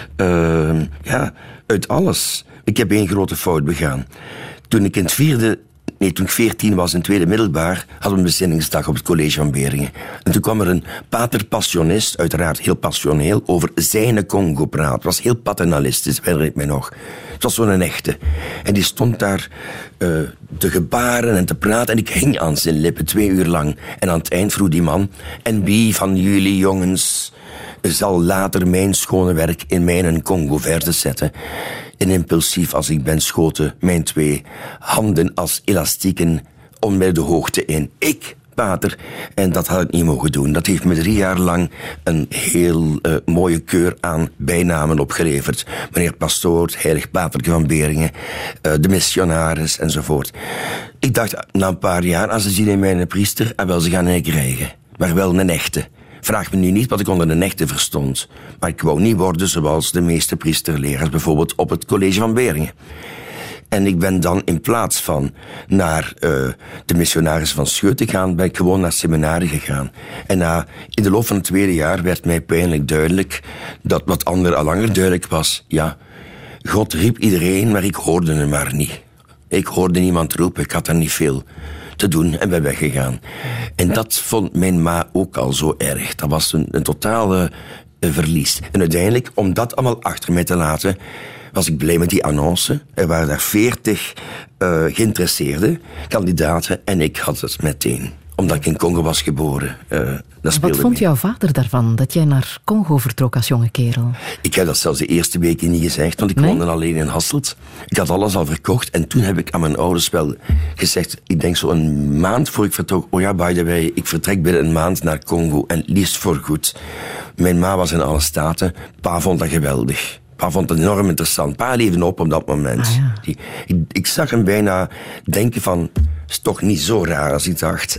uit alles. Ik heb 1 grote fout begaan. Toen ik 14 was, in het tweede middelbaar, hadden we een bezinningsdag op het college van Beringen. En toen kwam er een pater passionist, uiteraard heel passioneel, over zijn Congo praten. Het was heel paternalistisch, herinner ik mij nog. Het was zo'n echte. En die stond daar te gebaren en te praten. En ik hing aan zijn lippen 2 uur lang. En aan het eind vroeg die man... En wie van jullie jongens zal later mijn schone werk in mijn Congo verder zetten? En impulsief als ik ben, schoten mijn 2 handen als elastieken om bij de hoogte in. Ik pater. En dat had ik niet mogen doen. Dat heeft me 3 jaar lang een heel mooie keur aan bijnamen opgeleverd. Meneer Pastoor, heilig paterke van Beringen, de missionaris enzovoort. Ik dacht, na een paar jaar, als ze zien in mij een priester, wel, ze gaan mij krijgen. Maar wel een echte. Vraag me nu niet wat ik onder een echte verstond. Maar ik wou niet worden zoals de meeste priesterleraars, bijvoorbeeld op het college van Beringen. En ik ben dan in plaats van naar de missionaris van Scheut te gaan, ben ik gewoon naar seminarie gegaan. En in de loop van het 2e jaar werd mij pijnlijk duidelijk dat wat anderen al langer duidelijk was. Ja, God riep iedereen, maar ik hoorde hem maar niet. Ik hoorde niemand roepen, ik had er niet veel te doen en ben weggegaan. En dat vond mijn ma ook al zo erg. Dat was een totale verlies. En uiteindelijk, om dat allemaal achter mij te laten, was ik blij met die annonce. Er waren daar 40 geïnteresseerde kandidaten en ik had het meteen. Omdat ik in Congo was geboren. Wat vond jouw vader daarvan, dat jij naar Congo vertrok als jonge kerel? Ik heb dat zelfs de eerste weken niet gezegd, want ik woonde alleen in Hasselt. Ik had alles al verkocht en toen heb ik aan mijn ouders wel gezegd, ik denk zo een maand voor ik vertrok, oh ja, by the way, ik vertrek binnen een maand naar Congo en liefst voorgoed. Mijn ma was in alle staten, pa vond dat geweldig. Pa vond het enorm interessant. Pa leefde op dat moment. Ah, ja. Ik zag hem bijna denken van, is toch niet zo raar als ik dacht.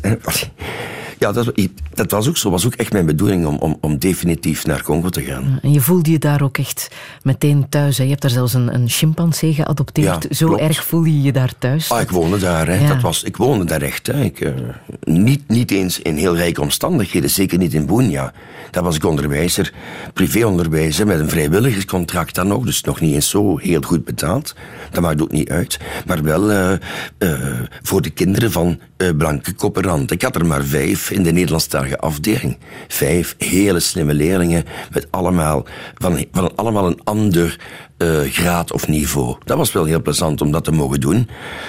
Ja, dat was ook zo. Was ook echt mijn bedoeling om definitief naar Congo te gaan. Ja, en je voelde je daar ook echt meteen thuis. Hè? Je hebt daar zelfs een chimpansee geadopteerd. Ja, zo klopt. Erg voelde je je daar thuis? Ik woonde daar. Hè. Ja. Ik woonde daar echt. Hè. Niet eens in heel rijke omstandigheden. Zeker niet in Bunia. Daar was ik onderwijzer, privéonderwijzer, met een vrijwilligerscontract dan ook. Dus nog niet eens zo heel goed betaald. Dat maakt ook niet uit. Maar wel voor de kinderen van blanke coöperanten. Ik had er maar 5 in de Nederlandstalige afdeling. 5 hele slimme leerlingen met allemaal een ander graad of niveau. Dat was wel heel plezant om dat te mogen doen.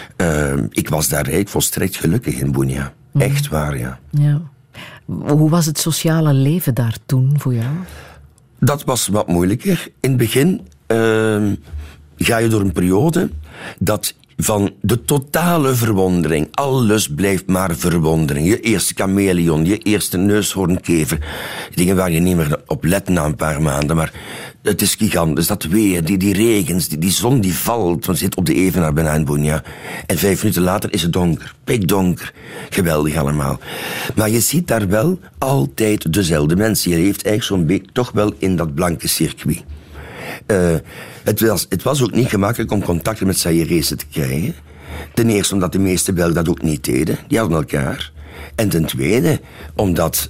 Ik was daar eigenlijk volstrekt gelukkig in Bunia. Echt waar, ja. Hoe was het sociale leven daar toen voor jou? Dat was wat moeilijker. In het begin ga je door een periode dat van de totale verwondering. Alles blijft maar verwondering. Je eerste chameleon, je eerste neushoornkever. Dingen waar je niet meer op let na een paar maanden. Maar het is gigantisch. Dat weer, die regens, die zon die valt. We zitten op de evenaar bijna in Bunia. En 5 minuten later is het donker. Pikdonker. Geweldig allemaal. Maar je ziet daar wel altijd dezelfde mensen. Je leeft eigenlijk zo'n beetje toch wel in dat blanke circuit. Het was ook niet gemakkelijk om contacten met Zaïrezen te krijgen. Ten eerste omdat de meeste Belgen dat ook niet deden. Die hadden elkaar. En ten tweede omdat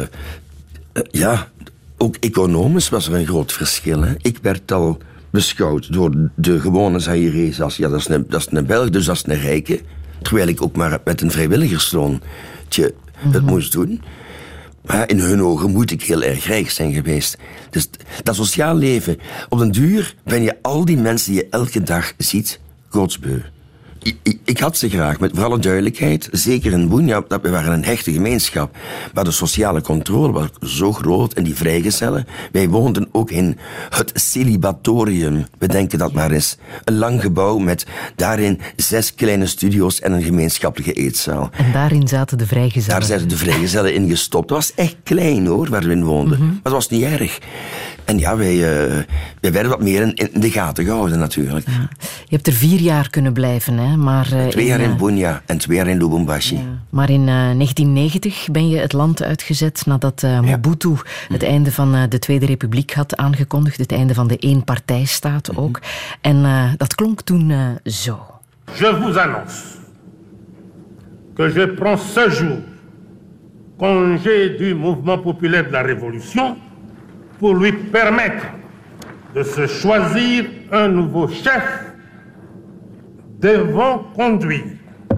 ook economisch was er een groot verschil. Hè. Ik werd al beschouwd door de gewone Zaïrezen als dat is een Belg, dus dat is een rijke. Terwijl ik ook maar met een vrijwilligersloontje het moest doen. Maar in hun ogen moet ik heel erg rijk zijn geweest. Dus dat sociaal leven, op den duur ben je al die mensen die je elke dag ziet, godsbeu. Ik had ze graag, met voor alle duidelijkheid. Zeker in Bunia, we waren een hechte gemeenschap. Maar de sociale controle was zo groot. En die vrijgezellen. Wij woonden ook in het celibatorium. We denken dat maar eens. Een lang gebouw met daarin 6 kleine studio's en een gemeenschappelijke eetzaal. En daarin zaten de vrijgezellen? Daar zaten de vrijgezellen in gestopt. Dat was echt klein hoor, waar we in woonden. Maar dat was niet erg. En ja, wij werden wat meer in de gaten gehouden natuurlijk. Ja. Je hebt er 4 jaar kunnen blijven, hè? Maar, 2 jaar in Bunia en 2 jaar in Lubumbashi. Ja. Maar in 1990 ben je het land uitgezet nadat Mobutu het einde van de Tweede Republiek had aangekondigd. Het einde van de eenpartijstaat ook. En dat klonk toen zo. Je vous annonce que je prends ce jour congé du mouvement populaire de la Révolution pour lui permettre de se choisir un nouveau chef devant conduire.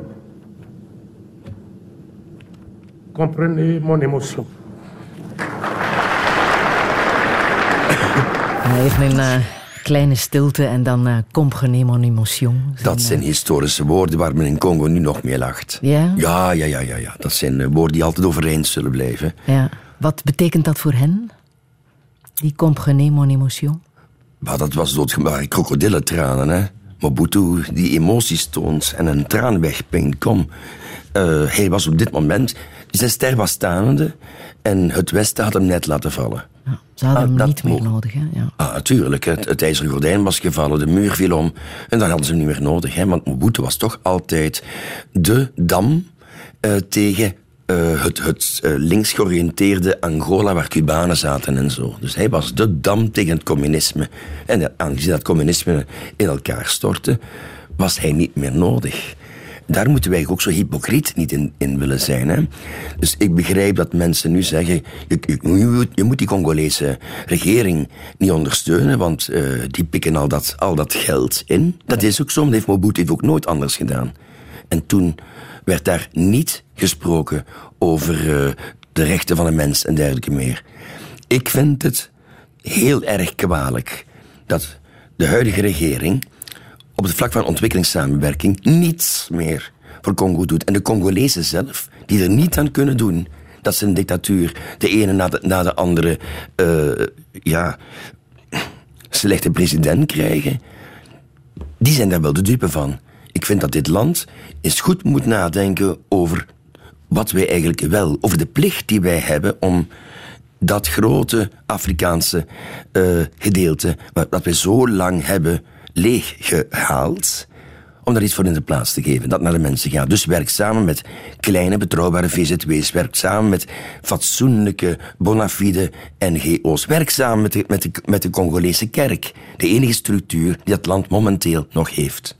Comprenez mon émotion. Even een kleine stilte en dan comprenez mon émotion. Dat zijn historische woorden waar men in Congo nu nog mee lacht. Ja? Ja. Dat zijn woorden die altijd overeind zullen blijven. Ja. Wat betekent dat voor hen? Die comprenez mon émotion? Maar dat was doodgemaakt krokodillentranen, hè. Mobutu die emoties toont en een traan wegpinkt. Kom, hij was op dit moment Zijn ster was staande en het Westen had hem net laten vallen. Ja, ze hadden hem niet meer nodig. Hè? Ja. Natuurlijk. Het ijzeren gordijn was gevallen, de muur viel om en dan hadden ze hem niet meer nodig. Hè? Want Mobutu was toch altijd de dam tegen het links georiënteerde Angola waar Cubanen zaten en zo. Dus hij was de dam tegen het communisme. En aangezien dat communisme in elkaar stortte, was hij niet meer nodig. Daar moeten wij ook zo hypocriet niet in willen zijn. Hè? Dus ik begrijp dat mensen nu zeggen, je moet die Congolese regering niet ondersteunen, want die pikken al dat geld in. Dat is ook zo, maar Mobutu heeft ook nooit anders gedaan. En toen werd daar niet gesproken over de rechten van de mens en dergelijke meer. Ik vind het heel erg kwalijk dat de huidige regering op het vlak van ontwikkelingssamenwerking niets meer voor Congo doet. En de Congolezen zelf, die er niet aan kunnen doen dat ze een dictatuur, de ene na de andere, slechte president krijgen, die zijn daar wel de dupe van. Ik vind dat dit land eens goed moet nadenken over wat wij eigenlijk wel, over de plicht die wij hebben om dat grote Afrikaanse gedeelte, dat wij zo lang hebben leeggehaald, om daar iets voor in de plaats te geven, dat naar de mensen gaat. Dus werk samen met kleine, betrouwbare VZW's, werk samen met fatsoenlijke, bona fide NGO's, werk samen met de Congolese kerk, de enige structuur die dat land momenteel nog heeft.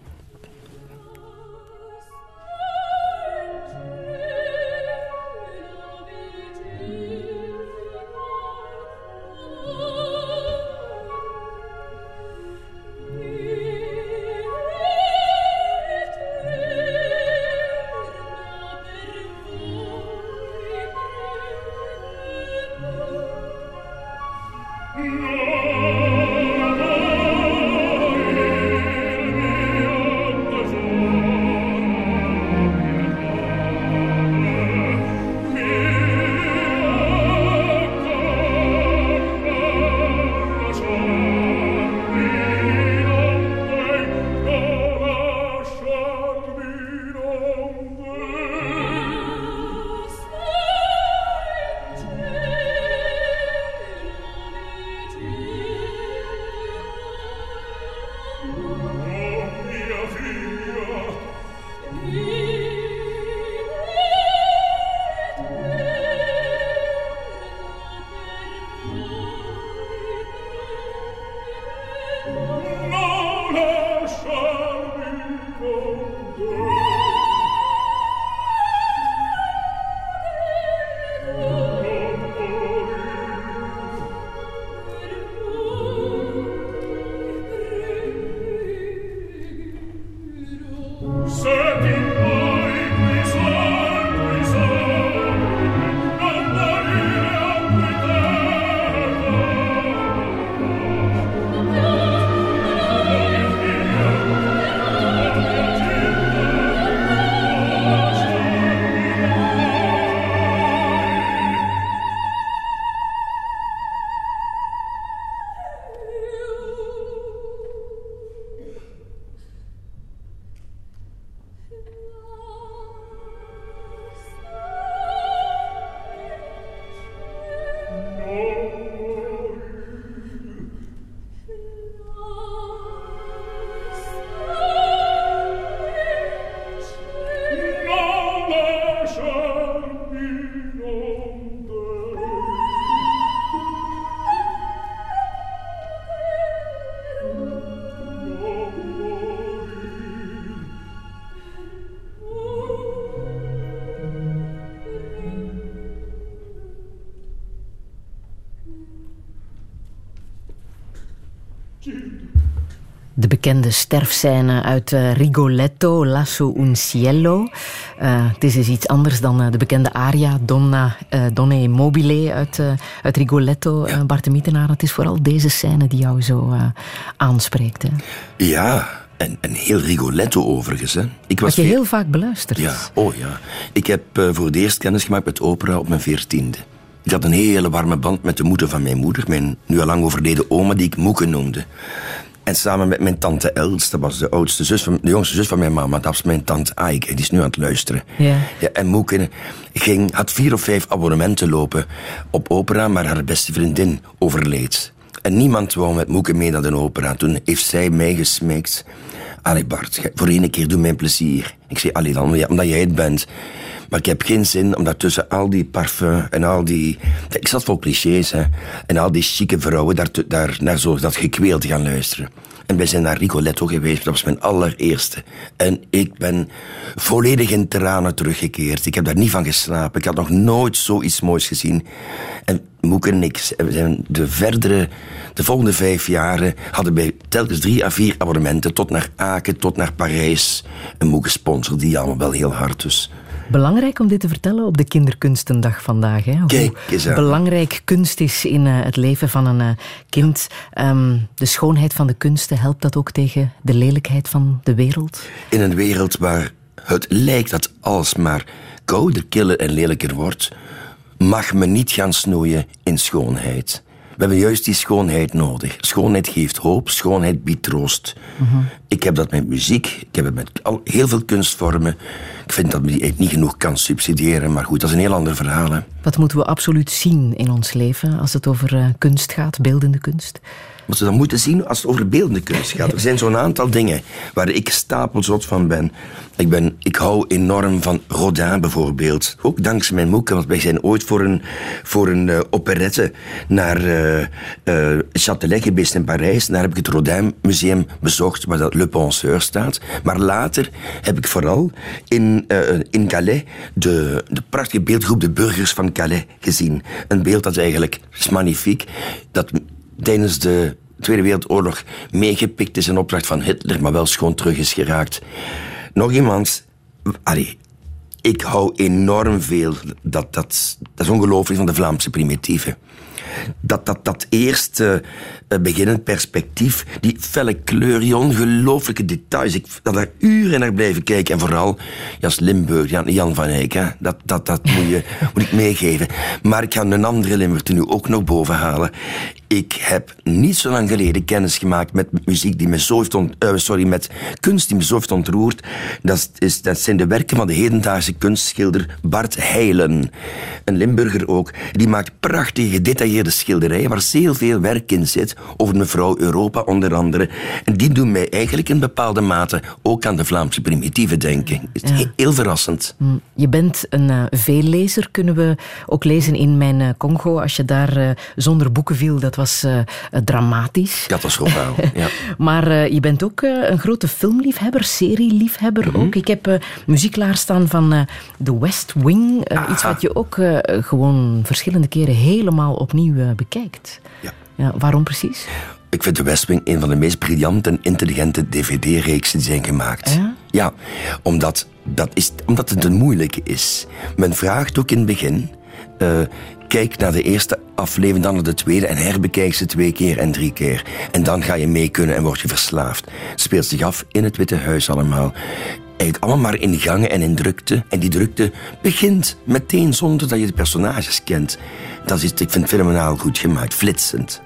De bekende sterfscène uit Rigoletto, Lasso un cielo. Het is dus iets anders dan de bekende aria Donne Mobile uit Rigoletto, ja. Bart de Mietenaar. Het is vooral deze scène die jou zo aanspreekt. Hè? Ja, en heel Rigoletto overigens. Hè. Wat je heel vaak beluistert. Ja, oh ja. Ik heb voor het eerst kennis gemaakt met opera op mijn 14e. Ik had een hele warme band met de moeder van mijn moeder, mijn nu al lang overleden oma, die ik Moeke noemde. En samen met mijn tante Els, dat was de jongste zus van mijn mama, dat was mijn tante Aike, die is nu aan het luisteren. Ja. Ja, en Moeke had 4 of 5 abonnementen lopen op opera, maar haar beste vriendin overleed. En niemand wou met Moeke mee naar de opera. Toen heeft zij mij gesmeekt: allee Bart, voor 1 keer doe mij een plezier. Ik zei, allee dan, ja, omdat jij het bent. Maar ik heb geen zin om tussen al die parfum en al die... Ik zat vol clichés, hè. En al die chique vrouwen daar naar zo dat gekweel te gaan luisteren. En wij zijn naar Rigoletto geweest, dat was mijn allereerste. En ik ben volledig in tranen teruggekeerd. Ik heb daar niet van geslapen. Ik had nog nooit zoiets moois gezien. En Moeke en ik, de volgende 5 jaren hadden wij telkens 3 à 4 abonnementen, tot naar Aken, tot naar Parijs. En Moeke sponsorde die allemaal wel heel hard, dus... Belangrijk om dit te vertellen op de Kinderkunstendag vandaag. Hè? Kijk eens aan. Hoe belangrijk kunst is in het leven van een kind. De schoonheid van de kunsten, helpt dat ook tegen de lelijkheid van de wereld? In een wereld waar het lijkt dat alles maar kouder, killer en lelijker wordt, mag men niet gaan snoeien in schoonheid. We hebben juist die schoonheid nodig. Schoonheid geeft hoop, schoonheid biedt troost. Mm-hmm. Ik heb dat met muziek, ik heb het met heel veel kunstvormen. Ik vind dat men die niet genoeg kan subsidiëren, maar goed, dat is een heel ander verhaal. Hè. Wat moeten we absoluut zien in ons leven als het over kunst gaat, beeldende kunst? Wat we dan moeten zien als het over beeldende kunst gaat. Er zijn zo'n aantal dingen waar ik stapelzot van ben. Ik hou enorm van Rodin bijvoorbeeld. Ook dankzij mijn Moeke, want wij zijn ooit voor een operette naar Châtelet geweest in Parijs. Daar heb ik het Rodin Museum bezocht, waar dat Le Penseur staat. Maar later heb ik vooral in Calais de prachtige beeldgroep De Burgers van Calais gezien. Een beeld dat eigenlijk is magnifiek, dat tijdens de Tweede Wereldoorlog meegepikt is in opdracht van Hitler, maar wel schoon terug is geraakt. Nog iemand... ik hou enorm veel... Dat is ongelooflijk van de Vlaamse primitieven. Dat eerste beginnend perspectief, die felle kleur, die ongelooflijke details. Ik had daar uren naar blijven kijken. En vooral Jas Limburg, Jan van Eyck. Hè, dat moet ik meegeven. Maar ik ga een andere Limburg er nu ook nog boven halen. Ik heb niet zo lang geleden kennis gemaakt met muziek die me zo heeft met kunst die me zo heeft ontroerd. Dat zijn de werken van de hedendaagse kunstschilder Bart Heijlen. Een Limburger ook. Die maakt prachtige, gedetailleerde schilderijen waar zeer veel werk in zit. Over mevrouw Europa onder andere. En die doen mij eigenlijk in bepaalde mate ook aan de Vlaamse primitieven denken. Het is heel verrassend. Je bent een veellezer, kunnen we ook lezen in Mijn Congo. Als je daar zonder boeken viel, dat was dramatisch. Catastrofaal, ja. Maar je bent ook een grote filmliefhebber, serieliefhebber ook. Ik heb muziek klaarstaan van The West Wing. Iets wat je ook gewoon verschillende keren helemaal opnieuw bekijkt. Ja, waarom precies? Ik vind The West Wing een van de meest briljante en intelligente dvd-reeksen die zijn gemaakt. Ja, omdat het een moeilijke is. Men vraagt ook in het begin... kijk naar de eerste aflevering, dan naar de tweede en herbekijk ze 2 keer en 3 keer. En dan ga je mee kunnen en word je verslaafd. Het speelt zich af in het Witte Huis allemaal. Eigenlijk allemaal maar in gangen en in drukte. En die drukte begint meteen zonder dat je de personages kent. Ik vind het fenomenaal goed gemaakt, flitsend.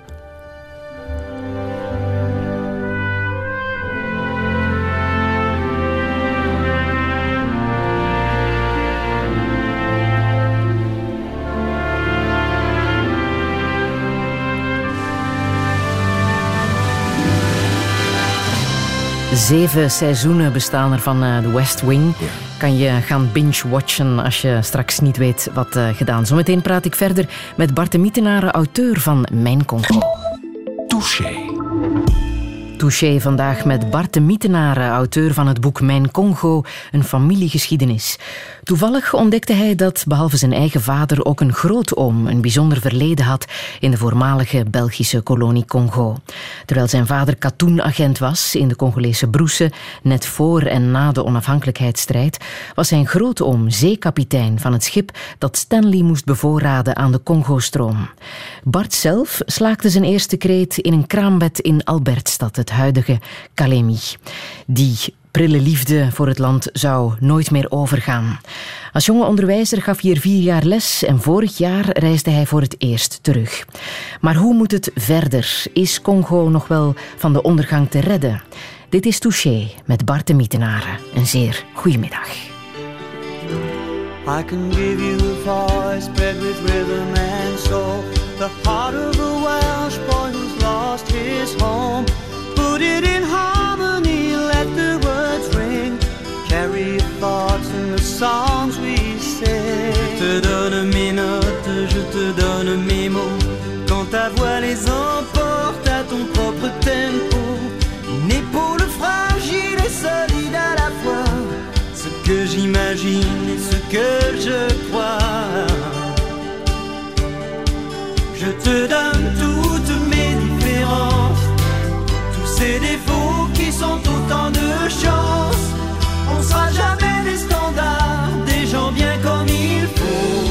Zeven seizoenen bestaan er van The West Wing. Ja. Kan je gaan binge-watchen als je straks niet weet wat gedaan. Zometeen praat ik verder met Bart de Mietenaren, auteur van Mijn Congo. Touché. Touché vandaag met Bart de Mietenaren, auteur van het boek Mijn Congo, een familiegeschiedenis. Toevallig ontdekte hij dat, behalve zijn eigen vader, ook een grootoom een bijzonder verleden had in de voormalige Belgische kolonie Congo. Terwijl zijn vader katoenagent was in de Congolese Broesse, net voor en na de onafhankelijkheidsstrijd, was zijn grootoom zeekapitein van het schip dat Stanley moest bevoorraden aan de Congo-stroom. Bart zelf slaakte zijn eerste kreet in een kraambed in Albertstad, het huidige Kalemi. Die prille liefde voor het land zou nooit meer overgaan. Als jonge onderwijzer gaf hij er 4 jaar les en vorig jaar reisde hij voor het eerst terug. Maar hoe moet het verder? Is Congo nog wel van de ondergang te redden? Dit is Touché met Bart de Mietenaren. Een zeer goeiemiddag. I can give you a voice spread with rhythm and soul. The heart of a Welsh boy who's lost his home. Put it in harmony, let the words ring. Carry your thoughts in the songs we sing. Je te donne mes notes, je te donne mes mots. Quand ta voix les emporte à ton propre tempo. Une épaule fragile et solide à la fois. Ce que j'imagine et ce que je crois. Je te donne toutes mes différences, tous ces défauts qui sont autant de chance. On sera jamais des standards, des gens bien comme il faut.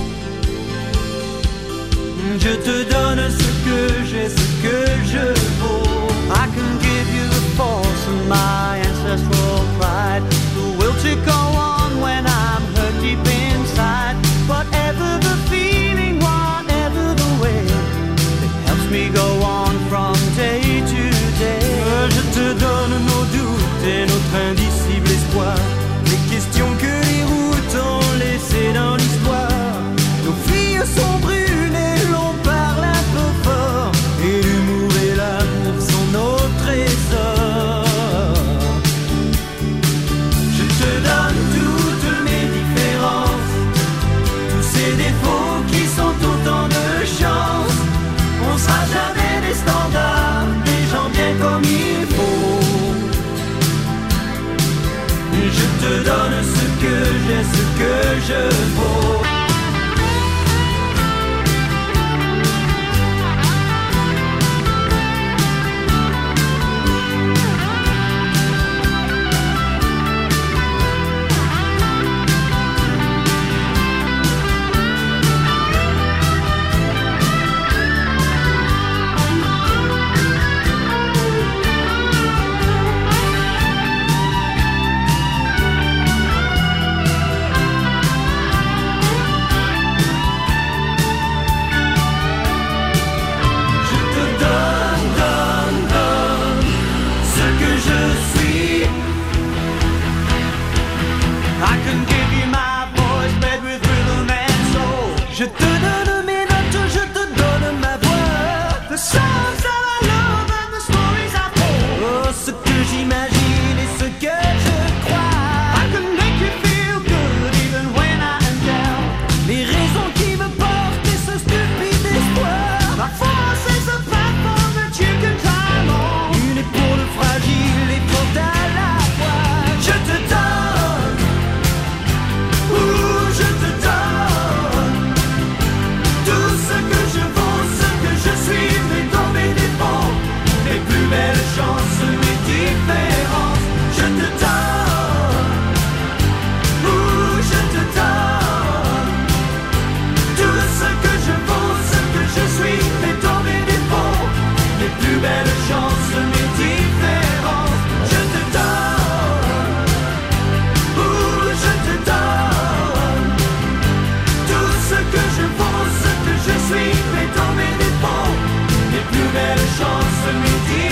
Je te donne ce que j'ai, ce que je vaux. I can give you the force of my ancestral pride, the will to go on when I'm hurt deep inside. Whatever the feeling, whatever the way, it helps me go on from day to day. Je te donne nos doutes et notre indicible espoir, les questions que les routes ont laissées dans l'histoire. Nos filles sont brûlées, l'on parle un peu fort, et l'humour et l'amour sont nos trésors. Je te donne toutes mes différences, tous ces défauts qui sont autant de chance. On sera jamais des standards, des gens bien comme il faut. Je te donne ce que j'ai, ce que je vaux. Je te donne mes notes, je te donne ma voix. The songs that I love and the stories I told. Oh, ce que j'imagine et ce que je crois. I can make you feel good even when I am down. Les raisons qui me portent et ce stupide espoir. Ma force is a platform that you can climb on. Une épaule fragile et forte à la fois. Je te donne, je te donne. Belle chance, mes différences, je te donne, je te donne tout ce que je vaux, ce que je suis, mes torts, mes défauts, les plus belles chances, mes différences, je te donne, je te donne tout ce que je vaux, ce que je suis, mes torts, mes défauts, les plus belles chances, mes différences.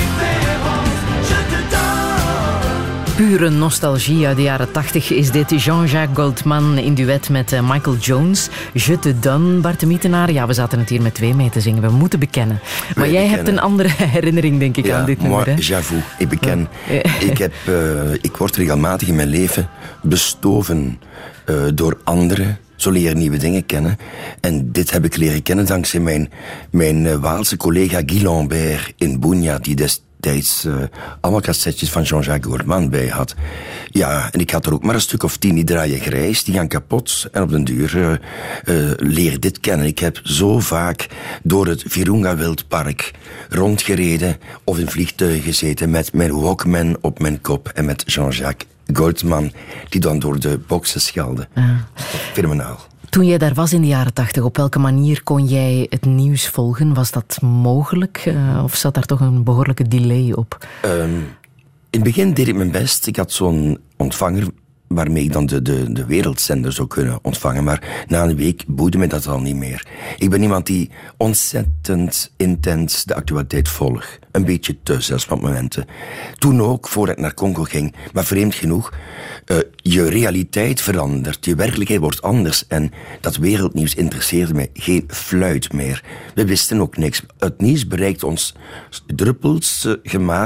Pure nostalgie uit de jaren 80 is dit. Jean-Jacques Goldman in duet met Michael Jones. Je te donne, Bart de Mietenaar. Ja, we zaten het hier met 2 mee te zingen. We moeten bekennen. Maar jij hebt een andere herinnering, denk ik, aan dit nummer. Ja, j'avoue. Ik beken. Ik word regelmatig in mijn leven bestoven door anderen. Zo leer je nieuwe dingen kennen. En dit heb ik leren kennen dankzij mijn Waalse collega Guy Lambert in Boenia, die destijds allemaal cassettes van Jean-Jacques Goldman bij had. Ja, en ik had er ook maar een stuk of 10, die draaien grijs, die gaan kapot. En op den duur leer dit kennen. Ik heb zo vaak door het Virunga Wildpark rondgereden of in vliegtuigen gezeten met mijn Walkman op mijn kop en met Jean-Jacques Goldman, die dan door de boksen schelde. Fenomenaal. Toen jij daar was in de jaren 80, op welke manier kon jij het nieuws volgen? Was dat mogelijk? Of zat daar toch een behoorlijke delay op? het begin deed ik mijn best. Ik had zo'n ontvanger waarmee ik dan de wereldzender zou kunnen ontvangen. Maar na een week boeide me dat al niet meer. Ik ben iemand die ontzettend intens de actualiteit volgt. Een beetje te zelfs op momenten. Toen ook, voordat ik naar Congo ging. Maar vreemd genoeg, je realiteit verandert. Je werkelijkheid wordt anders. En dat wereldnieuws interesseerde mij geen fluit meer. We wisten ook niks. Het nieuws bereikt ons druppeltje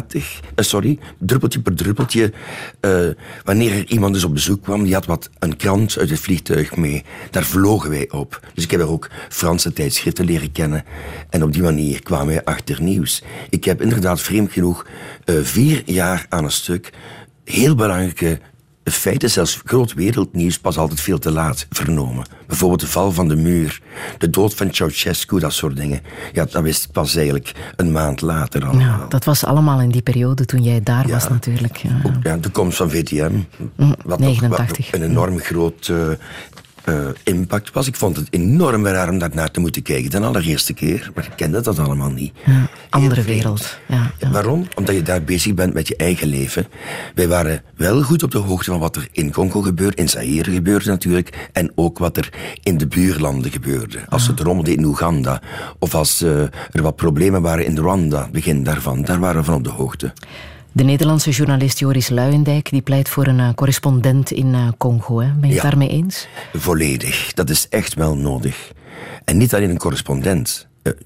per druppeltje. Wanneer er iemand dus op bezoek kwam, die had een krant uit het vliegtuig mee. Daar vlogen wij op. Dus ik heb er ook Franse tijdschriften leren kennen. En op die manier kwamen wij achter nieuws. Ik heb inderdaad, vreemd genoeg, 4 jaar aan een stuk heel belangrijke feiten, zelfs groot wereldnieuws, pas altijd veel te laat vernomen. Bijvoorbeeld de val van de muur, de dood van Ceausescu, dat soort dingen. Ja, dat wist ik pas eigenlijk een maand later al. Ja, dat was allemaal in die periode toen jij daar was natuurlijk. Ja. Ook, de komst van VTM. Wat 89. Een enorm groot impact was. Ik vond het enorm raar om daarnaar te moeten kijken. De allereerste keer, maar ik kende dat allemaal niet. Ja, andere wereld. Ja. Waarom? Omdat je daar bezig bent met je eigen leven. Wij waren wel goed op de hoogte van wat er in Congo gebeurde, in Zaïre gebeurde natuurlijk, en ook wat er in de buurlanden gebeurde. Als het rommelde in Oeganda, of als er wat problemen waren in Rwanda, begin daarvan, daar waren we van op de hoogte. De Nederlandse journalist Joris Luijendijk die pleit voor een correspondent in Congo. Hè? Ben je het daarmee eens? Volledig. Dat is echt wel nodig. En niet alleen een correspondent.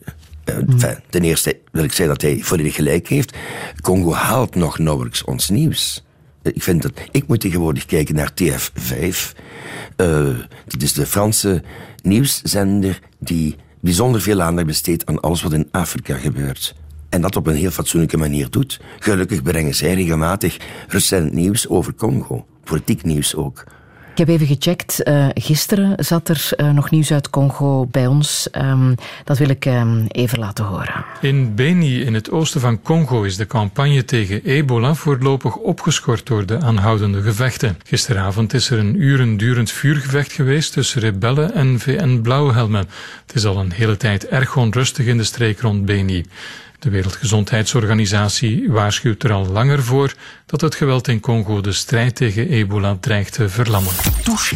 Ten eerste wil ik zeggen dat hij volledig gelijk heeft. Congo haalt nog nauwelijks ons nieuws. Ik moet tegenwoordig kijken naar TF5. Dit is de Franse nieuwszender die bijzonder veel aandacht besteedt aan alles wat in Afrika gebeurt. En dat op een heel fatsoenlijke manier doet. Gelukkig brengen zij regelmatig recent nieuws over Congo. Politiek nieuws ook. Ik heb even gecheckt. Gisteren zat er nog nieuws uit Congo bij ons. Dat wil ik even laten horen. In Beni, in het oosten van Congo, is de campagne tegen ebola voorlopig opgeschort door de aanhoudende gevechten. Gisteravond is er een uren durend vuurgevecht geweest tussen rebellen en VN-blauwhelmen. Het is al een hele tijd erg onrustig in de streek rond Beni. De Wereldgezondheidsorganisatie waarschuwt er al langer voor dat het geweld in Congo de strijd tegen ebola dreigt te verlammen. Touché.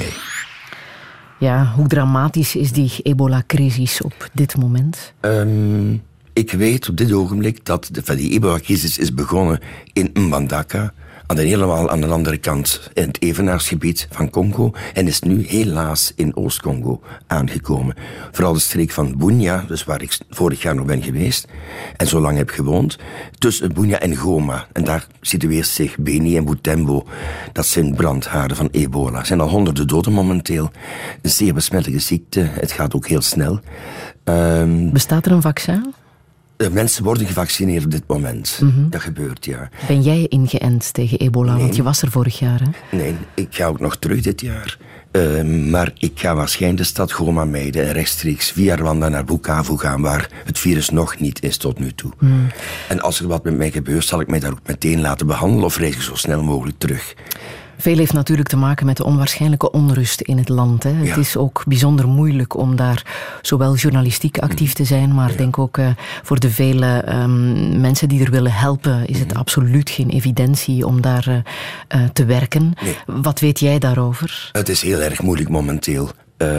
Ja, hoe dramatisch is die ebola-crisis op dit moment? Ik weet op dit ogenblik dat die ebola-crisis is begonnen in Mbandaka, helemaal aan de andere kant in het evenaarsgebied van Congo, en is nu helaas in Oost-Congo aangekomen. Vooral de streek van Bunia, dus waar ik vorig jaar nog ben geweest en zo lang heb gewoond, tussen Bunia en Goma. En daar situeert zich Beni en Butembo. Dat zijn brandhaarden van ebola. Er zijn al honderden doden momenteel. Een zeer besmettelijke ziekte. Het gaat ook heel snel. Bestaat er een vaccin? De mensen worden gevaccineerd op dit moment. Mm-hmm. Dat gebeurt, ja. Ben jij ingeënt tegen ebola? Nee. Want je was er vorig jaar, hè? Nee, ik ga ook nog terug dit jaar. Maar ik ga waarschijnlijk de stad Goma mijden en rechtstreeks via Rwanda naar Bukavu gaan, waar het virus nog niet is tot nu toe. Mm. En als er wat met mij gebeurt, zal ik mij daar ook meteen laten behandelen of reis ik zo snel mogelijk terug. Veel heeft natuurlijk te maken met de onwaarschijnlijke onrust in het land. Hè. Ja. Het is ook bijzonder moeilijk om daar zowel journalistiek actief te zijn, maar ik denk ook voor de vele mensen die er willen helpen is het absoluut geen evidentie om daar te werken. Nee. Wat weet jij daarover? Het is heel erg moeilijk momenteel.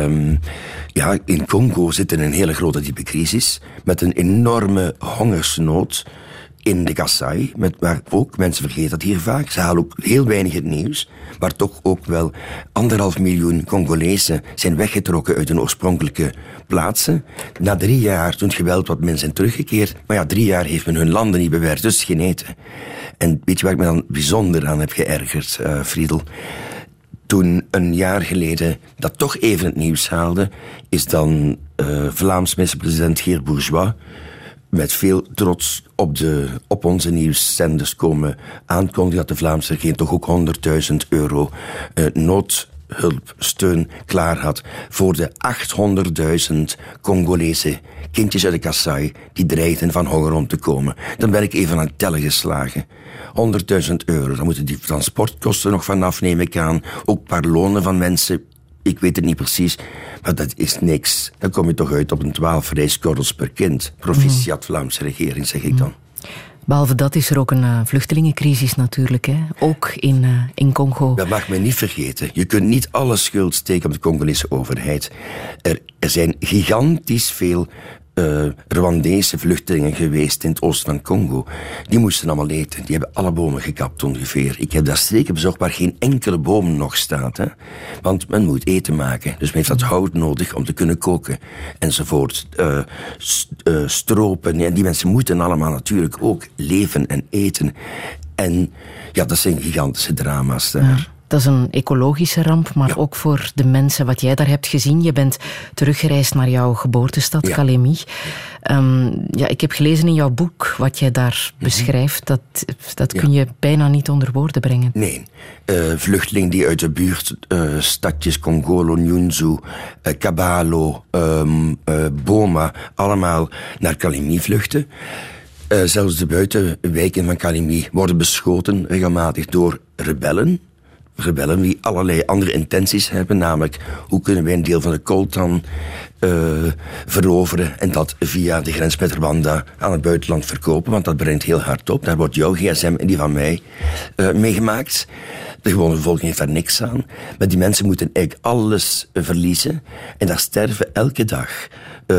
In Congo zit er een hele grote diepe crisis met een enorme hongersnood in de Kasai, waar ook mensen vergeten dat hier vaak. Ze halen ook heel weinig het nieuws, maar toch ook wel 1,5 miljoen Congolezen zijn weggetrokken uit hun oorspronkelijke plaatsen. Na 3 jaar, toen het geweld wat mensen zijn teruggekeerd, maar ja, 3 jaar heeft men hun landen niet bewerkt, dus geen eten. En weet je waar ik me dan bijzonder aan heb geërgerd, Friedel? Toen een jaar geleden dat toch even het nieuws haalde, is dan Vlaams minister-president Geert Bourgeois met veel trots op onze nieuwszenders komen aankondigen dat de Vlaamse regering toch ook €100.000 noodhulpsteun klaar had voor de 800.000 Congolese kindjes uit de Kasai die dreigden van honger om te komen. Dan ben ik even aan het tellen geslagen. €100.000. Dan moeten die transportkosten nog vanaf, neem ik aan. Ook een paar lonen van mensen. Ik weet het niet precies, maar dat is niks. Dan kom je toch uit op een 12 reiskorrels per kind. Proficiat Vlaamse regering, zeg ik dan. Behalve dat is er ook een vluchtelingencrisis natuurlijk, hè? Ook in Congo. Dat mag men niet vergeten. Je kunt niet alle schuld steken op de Congolese overheid. Er zijn gigantisch veel Rwandese vluchtelingen geweest in het oosten van Congo. Die moesten allemaal eten. Die hebben alle bomen gekapt ongeveer. Ik heb daar streken bezocht waar geen enkele boom nog staat. Hè? Want men moet eten maken. Dus men heeft dat hout nodig om te kunnen koken. Enzovoort. Stropen. Ja, die mensen moeten allemaal natuurlijk ook leven en eten. En ja, dat zijn gigantische drama's daar. Ja. Dat is een ecologische ramp, maar ook voor de mensen wat jij daar hebt gezien. Je bent teruggereisd naar jouw geboortestad, Kalemi. Ik heb gelezen in jouw boek wat jij daar beschrijft. Dat kun je bijna niet onder woorden brengen. Nee. Vluchtelingen die uit de buurt, stadjes Congolo, Nyunzu, Kabalo, Boma, allemaal naar Kalemi vluchten. Zelfs de buitenwijken van Kalemi worden beschoten regelmatig door rebellen die allerlei andere intenties hebben, namelijk hoe kunnen wij een deel van de coltan veroveren en dat via de grens met Rwanda aan het buitenland verkopen, want dat brengt heel hard op. Daar wordt jouw gsm en die van mij meegemaakt. De gewone bevolking heeft daar niks aan. Maar die mensen moeten eigenlijk alles verliezen en daar sterven elke dag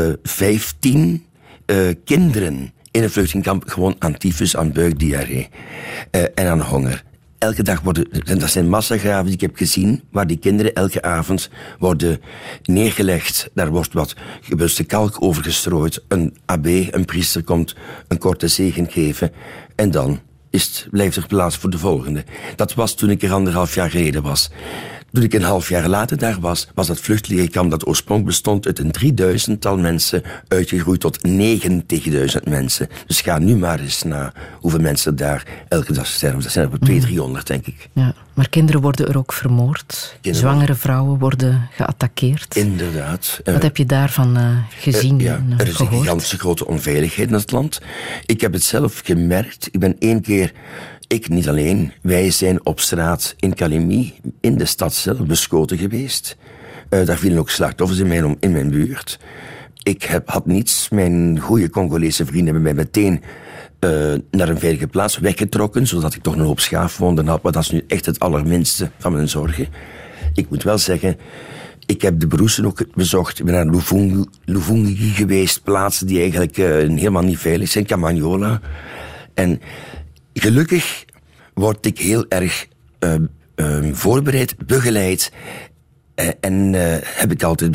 15 kinderen in een vluchtelingkamp gewoon aan tyfus, aan buikdiarree en aan honger. Elke dag dat zijn massagraven die ik heb gezien, waar die kinderen elke avond worden neergelegd. Daar wordt wat gebulste kalk over gestrooid. Een abbé, een priester, komt een korte zegen geven. En dan blijft er plaats voor de volgende. Dat was toen ik er 1,5 jaar geleden was. Toen ik een half jaar later daar was dat vluchtelingenkamp dat oorspronkelijk bestond uit een 3000-tal mensen, uitgegroeid tot 90.000 mensen. Dus ga nu maar eens na hoeveel mensen daar elke dag sterven. Dat zijn er 200-300, denk ik. Ja, maar kinderen worden er ook vermoord. Zwangere vrouwen worden geattaqueerd. Inderdaad. Wat heb je daarvan gezien en er is gehoord? een gigantische grote onveiligheid in het land. Ik heb het zelf gemerkt. Ik ben 1 keer... Ik niet alleen. Wij zijn op straat in Kalemi, in de stad zelf, beschoten geweest. Daar vielen ook slachtoffers in mijn buurt. Ik had niets. Mijn goede Congolese vrienden hebben mij meteen naar een veilige plaats weggetrokken, zodat ik toch een hoop schaafwonden had. Maar dat is nu echt het allerminste van mijn zorgen. Ik moet wel zeggen, ik heb de Broesen ook bezocht. Ik ben naar Luvungi geweest, plaatsen die eigenlijk helemaal niet veilig zijn. Kamanyola. En gelukkig word ik heel erg voorbereid, begeleid en heb ik altijd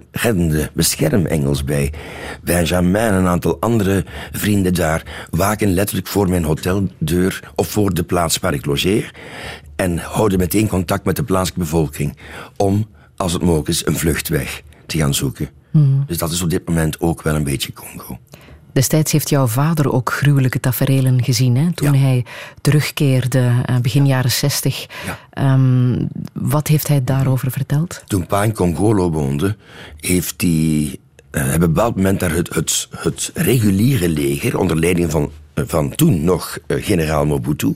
beschermengels bij. Benjamin en een aantal andere vrienden daar waken letterlijk voor mijn hoteldeur of voor de plaats waar ik logeer en houden meteen contact met de plaatselijke bevolking om, als het mogelijk is, een vluchtweg te gaan zoeken. Dus dat is op dit moment ook wel een beetje Congo. Destijds heeft jouw vader ook gruwelijke taferelen gezien, hè? Toen hij terugkeerde, begin jaren 60. Ja. Wat heeft hij daarover verteld? Toen pa in Congolo woonde, heeft hij op een bepaald moment daar het reguliere leger, onder leiding van toen nog generaal Mobutu.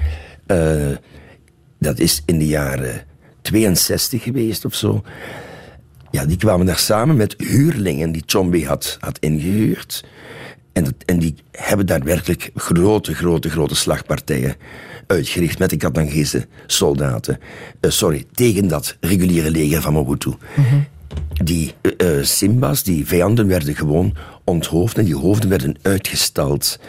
Dat is in de jaren 62 geweest of zo. Ja, die kwamen daar samen met huurlingen die Tshombe had ingehuurd. En die hebben daar werkelijk grote slagpartijen uitgericht met de Katangese soldaten. Tegen dat reguliere leger van Mobutu. Die Simbas, die vijanden, werden gewoon onthoofd en die hoofden werden uitgestald.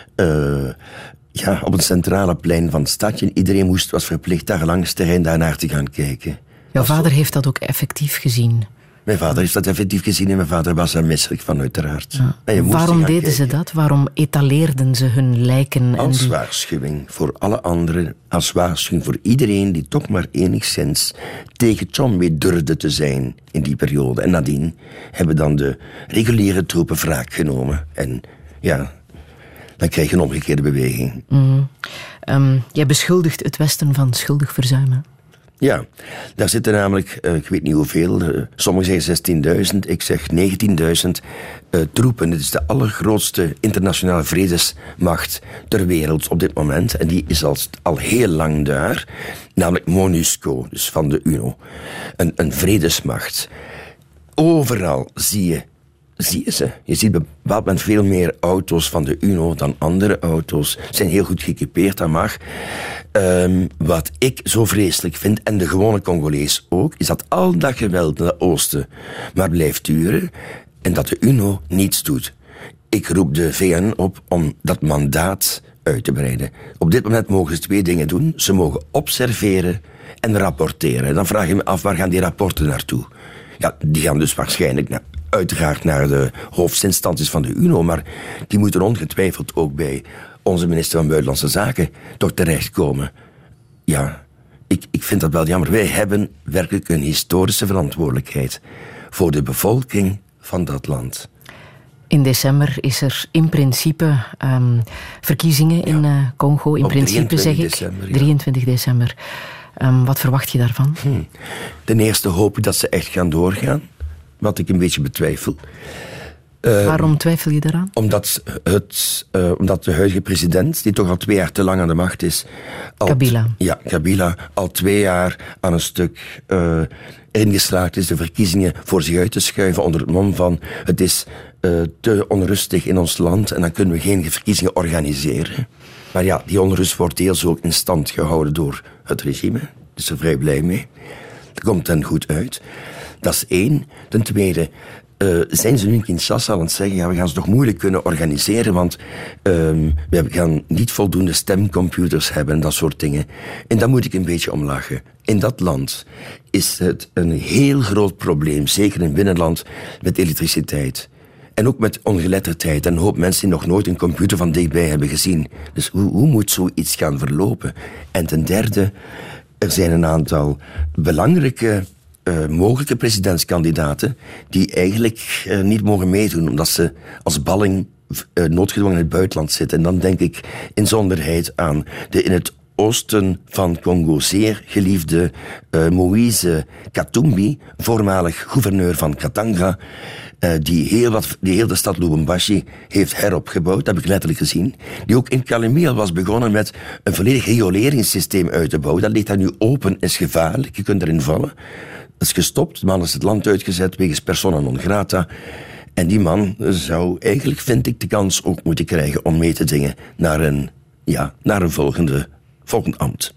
Op het centrale plein van het stadje. Iedereen was verplicht daar langs het terrein daarnaar te gaan kijken. Jouw vader heeft dat ook effectief gezien? Mijn vader heeft dat effectief gezien en mijn vader was er misselijk van, uiteraard. Ja. Waarom deden ze dat? Waarom etaleerden ze hun lijken? Als waarschuwing voor alle anderen, als waarschuwing voor iedereen die toch maar enigszins tegen Tshombe durfde te zijn in die periode. En nadien hebben dan de reguliere troepen wraak genomen. En ja, dan krijg je een omgekeerde beweging. Jij beschuldigt het Westen van schuldig verzuimen. Ja, daar zitten namelijk, ik weet niet hoeveel, sommigen zeggen 16.000, ik zeg 19.000 troepen. Het is de allergrootste internationale vredesmacht ter wereld op dit moment. En die is al heel lang daar, namelijk MONUSCO, dus van de UNO. Een vredesmacht. Overal zie je zie je ze. Je ziet op een bepaald moment veel meer auto's van de UNO dan andere auto's. Ze zijn heel goed geëquipeerd, dat mag. Wat ik zo vreselijk vind, en de gewone Congolees ook, is dat al dat geweld in het oosten maar blijft duren en dat de UNO niets doet. Ik roep de VN op om dat mandaat uit te breiden. Op dit moment mogen ze 2 dingen doen. Ze mogen observeren en rapporteren. Dan vraag je me af, waar gaan die rapporten naartoe? Ja, die gaan dus waarschijnlijk uiteraard naar de hoofdinstanties van de UNO, maar die moeten ongetwijfeld ook bij onze minister van Buitenlandse Zaken toch terechtkomen. Ja, ik vind dat wel jammer. Wij hebben werkelijk een historische verantwoordelijkheid voor de bevolking van dat land. In december is er in principe verkiezingen in Congo. In principe zeg ik. December, 23 december. Wat verwacht je daarvan? Ten eerste hoop ik dat ze echt gaan doorgaan. Wat ik een beetje betwijfel. Waarom twijfel je daaraan? Omdat de huidige president, die toch al 2 jaar te lang aan de macht is... Kabila. Ja, Kabila al 2 jaar aan een stuk erin geslaagd is de verkiezingen voor zich uit te schuiven onder het mom van het is te onrustig in ons land en dan kunnen we geen verkiezingen organiseren. Maar ja, die onrust wordt deels ook in stand gehouden door het regime. Dus er vrij blij mee. Dat komt dan goed uit. Dat is 1. Ten tweede, zijn ze nu in Kinshasa aan het zeggen, ja, we gaan ze toch moeilijk kunnen organiseren, want we gaan niet voldoende stemcomputers hebben en dat soort dingen. En daar moet ik een beetje om lachen. In dat land is het een heel groot probleem, zeker in het binnenland, met elektriciteit. En ook met ongeletterdheid. En een hoop mensen die nog nooit een computer van dichtbij hebben gezien. Dus hoe moet zoiets gaan verlopen? En ten derde, er zijn een aantal belangrijke mogelijke presidentskandidaten die eigenlijk niet mogen meedoen, omdat ze als balling noodgedwongen in het buitenland zitten. En dan denk ik inzonderheid aan de in het oosten van Congo zeer geliefde Moïse Katumbi, voormalig gouverneur van Katanga, die heel de stad Lubumbashi heeft heropgebouwd, dat heb ik letterlijk gezien. Die ook in Kalemi al was begonnen met een volledig rioleringssysteem uit te bouwen. Dat ligt daar nu open, is gevaarlijk, je kunt erin vallen. Dat is gestopt, de man is het land uitgezet wegens persona non grata. En die man zou eigenlijk, vind ik, de kans ook moeten krijgen om mee te dingen naar een volgend ambt.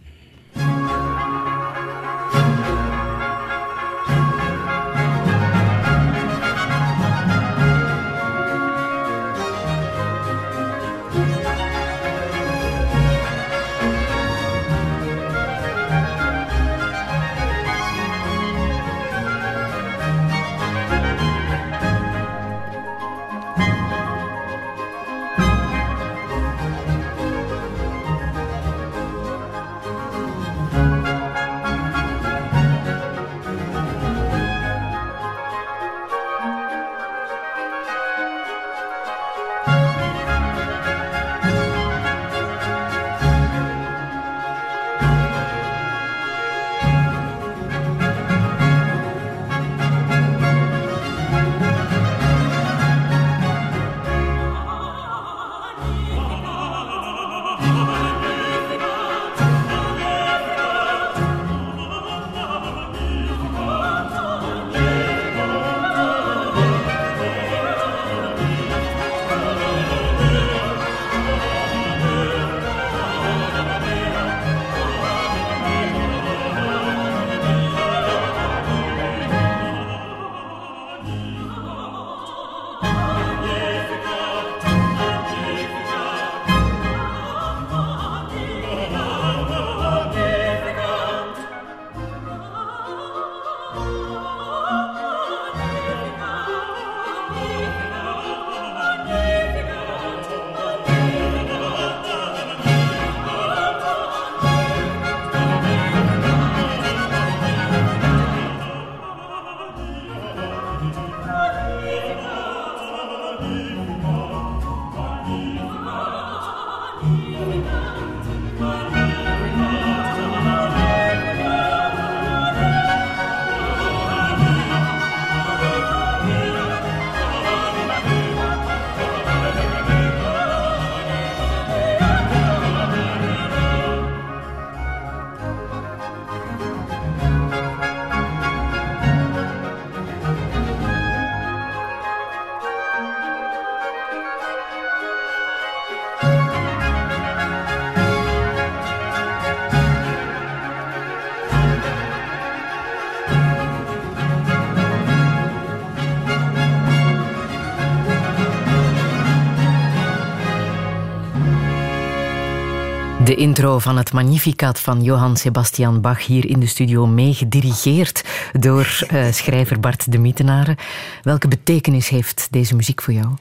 De intro van het Magnificat van Johann Sebastian Bach hier in de studio meegedirigeerd door schrijver Bart de Mietenare. Welke betekenis heeft deze muziek voor jou?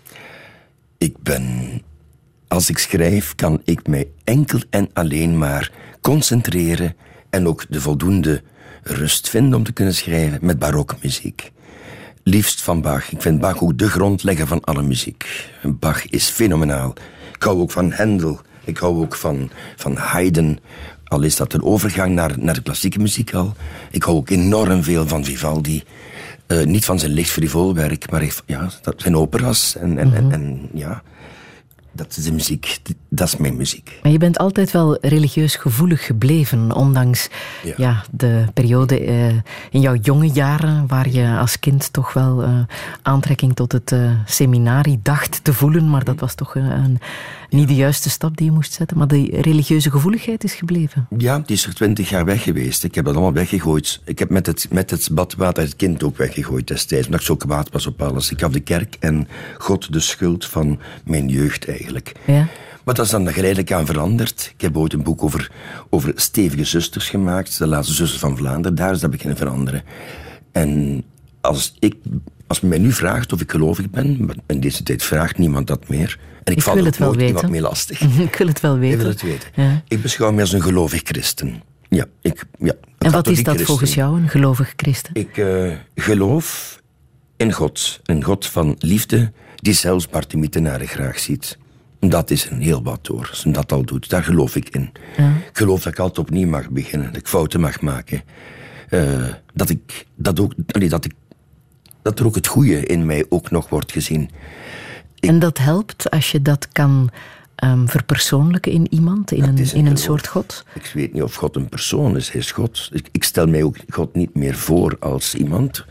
Als ik schrijf, kan ik mij enkel en alleen maar concentreren en ook de voldoende rust vinden om te kunnen schrijven met barokmuziek. Liefst van Bach. Ik vind Bach ook de grondlegger van alle muziek. Bach is fenomenaal. Ik hou ook van Händel. Ik hou ook van Haydn. Al is dat een overgang naar de klassieke muziek al. Ik hou ook enorm veel van Vivaldi. Niet van zijn licht frivol werk, maar zijn operas. En dat is de muziek. Dat is mijn muziek. Maar je bent altijd wel religieus gevoelig gebleven, ondanks de periode in jouw jonge jaren, waar je als kind toch wel aantrekking tot het seminarie dacht te voelen, maar dat was toch niet de juiste stap die je moest zetten. Maar de religieuze gevoeligheid is gebleven. Ja, die is er 20 jaar weg geweest. Ik heb dat allemaal weggegooid. Ik heb met het badwater het kind ook weggegooid destijds, omdat ik zo kwaad was op alles. Ik gaf de kerk en God de schuld van mijn jeugd eigenlijk. Ja. Maar dat is dan geleidelijk aan veranderd. Ik heb ooit een boek over stevige zusters gemaakt, de laatste zusters van Vlaanderen. Daar is dat beginnen veranderen. En als men mij nu vraagt of ik gelovig ben, in deze tijd vraagt niemand dat meer. En ik val ook nooit niemand meer lastig. Ik wil het wel weten. Ik wil het weten. Ja. Ik beschouw me als een gelovig christen. En wat is dat volgens jou, een gelovig christen? Ik geloof in God. Een God van liefde, die zelfs Bart de Mietenare graag ziet. Dat is een heel wat hoor. Als hij dat al doet, daar geloof ik in. Ja. Ik geloof dat ik altijd opnieuw mag beginnen. Dat ik fouten mag maken. Dat er ook het goede in mij ook nog wordt gezien. En dat helpt als je dat kan verpersoonlijken in iemand, in een soort God? Ik weet niet of God een persoon is. Hij is God. Ik stel mij ook God niet meer voor als iemand.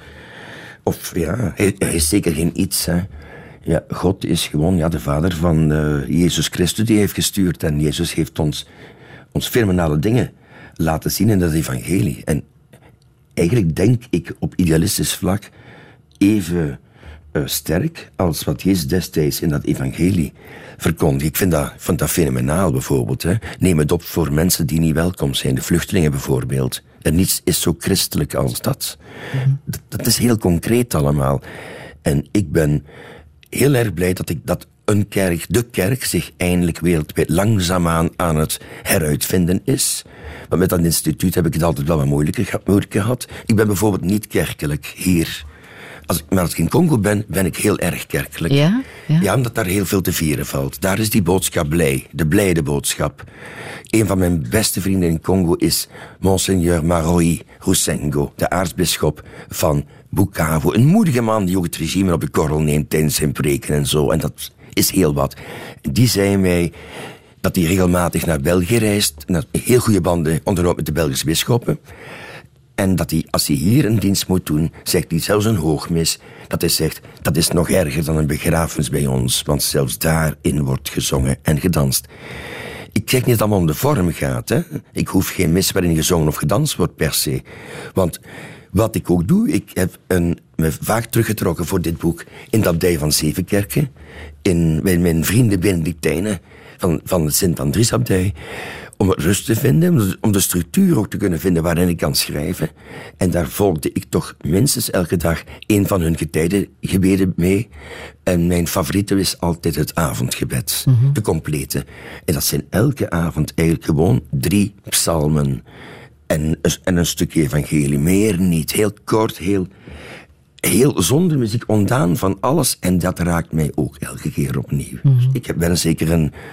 Hij is zeker geen iets, hè. Ja, God is gewoon de vader van Jezus Christus die hij heeft gestuurd. En Jezus heeft ons fenomenale dingen laten zien in dat evangelie. En eigenlijk denk ik op idealistisch vlak even sterk als wat Jezus destijds in dat evangelie verkondigde. Ik vind dat fenomenaal bijvoorbeeld. Hè. Neem het op voor mensen die niet welkom zijn. De vluchtelingen bijvoorbeeld. En niets is zo christelijk als dat. Mm-hmm. Dat is heel concreet allemaal. En ik ben heel erg blij dat de kerk zich eindelijk wereldwijd langzaamaan aan het heruitvinden is. Maar met dat instituut heb ik het altijd wel wat moeilijker gehad. Ik ben bijvoorbeeld niet kerkelijk hier. Maar als ik in Congo ben ik heel erg kerkelijk. Ja, omdat daar heel veel te vieren valt. Daar is die boodschap blij, de blijde boodschap. Een van mijn beste vrienden in Congo is Monseigneur Maroi Rusengo, de aartsbisschop van Bukavu. Een moedige man die ook het regime op de korrel neemt tijdens zijn preken en zo. En dat is heel wat. Die zei mij dat hij regelmatig naar België reist, en heel goede banden onderhoudt met de Belgische bisschoppen. En dat hij, als hij hier een dienst moet doen, zegt hij zelfs een hoogmis, dat hij zegt, dat is nog erger dan een begrafenis bij ons, want zelfs daarin wordt gezongen en gedanst. Ik zeg niet dat het allemaal om de vorm gaat, hè. Ik hoef geen mis waarin gezongen of gedanst wordt per se. Want wat ik ook doe, ik heb me vaak teruggetrokken voor dit boek in de abdij van Zevenkerken, bij mijn vrienden Benedictijnen van het Sint-Andriesabdij, om rust te vinden, om de structuur ook te kunnen vinden waarin ik kan schrijven. En daar volgde ik toch minstens elke dag een van hun getijdengebeden mee. En mijn favoriete is altijd het avondgebed, de complete. En dat zijn elke avond eigenlijk gewoon 3 psalmen en een stukje evangelie, meer niet. Heel kort, heel zonder muziek, ontdaan van alles. En dat raakt mij ook elke keer opnieuw. Mm-hmm. Ik ben zeker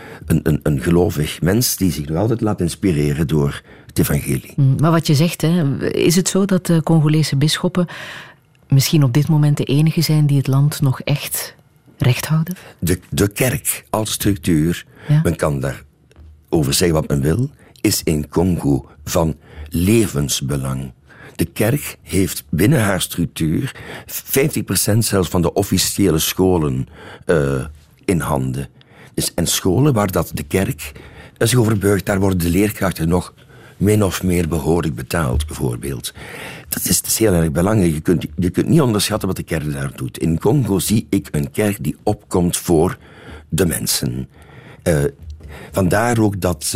een gelovig mens die zich nog altijd laat inspireren door het evangelie. Maar wat je zegt, hè, is het zo dat de Congolese bisschoppen misschien op dit moment de enige zijn die het land nog echt recht houden? De kerk als structuur, men kan daarover zeggen wat men wil, is in Congo van levensbelang. De kerk heeft binnen haar structuur 50% zelfs van de officiële scholen in handen. Dus, en scholen waar dat de kerk zich over buigt, daar worden de leerkrachten nog min of meer behoorlijk betaald, bijvoorbeeld. Dat is heel erg belangrijk. Je kunt niet onderschatten wat de kerk daar doet. In Congo zie ik een kerk die opkomt voor de mensen. vandaar ook dat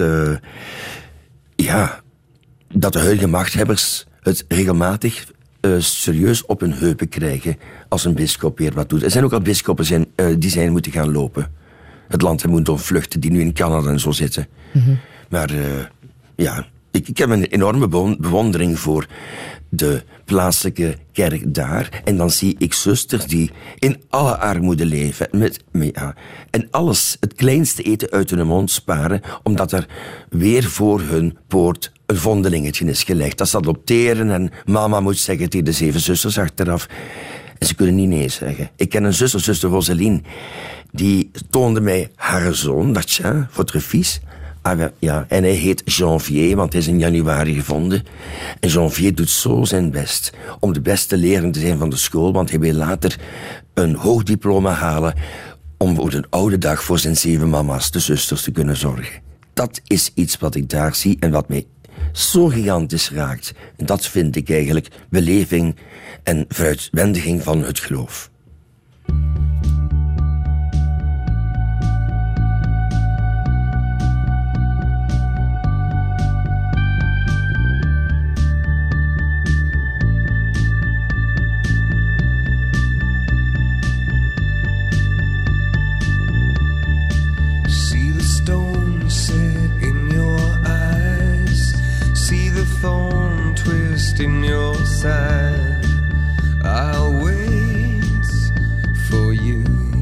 de huidige machthebbers het regelmatig serieus op hun heupen krijgen als een bisschop weer wat doet. Er zijn ook al bisschoppen die zijn moeten gaan lopen. Het land hebben moeten ontvluchten, die nu in Canada en zo zitten. Mm-hmm. Maar ik heb een enorme bewondering voor de plaatselijke kerk daar. En dan zie ik zusters die in alle armoede leven. En alles, het kleinste eten uit hun mond sparen, omdat er weer voor hun poort een vondelingetje is gelegd. Dat ze adopteren en mama moet zeggen tegen de 7 zusters achteraf. En ze kunnen niet nee zeggen. Ik ken een zuster Roseline, die toonde mij haar zoon, Bastien, votre fils. En hij heet Janvier, want hij is in januari gevonden. En Janvier doet zo zijn best om de beste leraar te zijn van de school, want hij wil later een hoog diploma halen om voor een oude dag voor zijn 7 mama's, de zusters, te kunnen zorgen. Dat is iets wat ik daar zie en wat mij zo gigantisch raakt. En dat vind ik eigenlijk beleving en veruitwendiging van het geloof. In your side, I'll wait for you.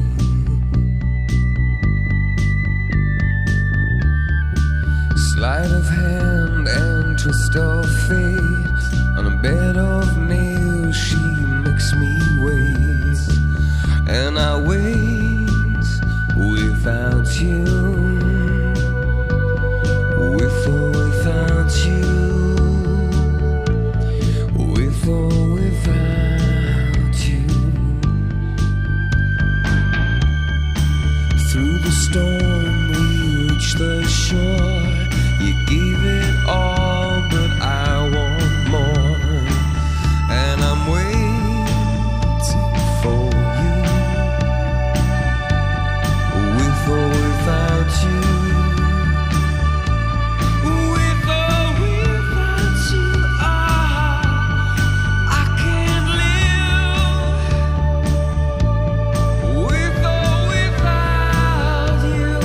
Sleight of hand and twist of fate. On a bed of nails, she makes me wait, and I wait without you, with or without you. Storm, we reach the shore. You gave it all, but I want more. And I'm waiting for you, with or without you. With or without you, I can't live. With or without you.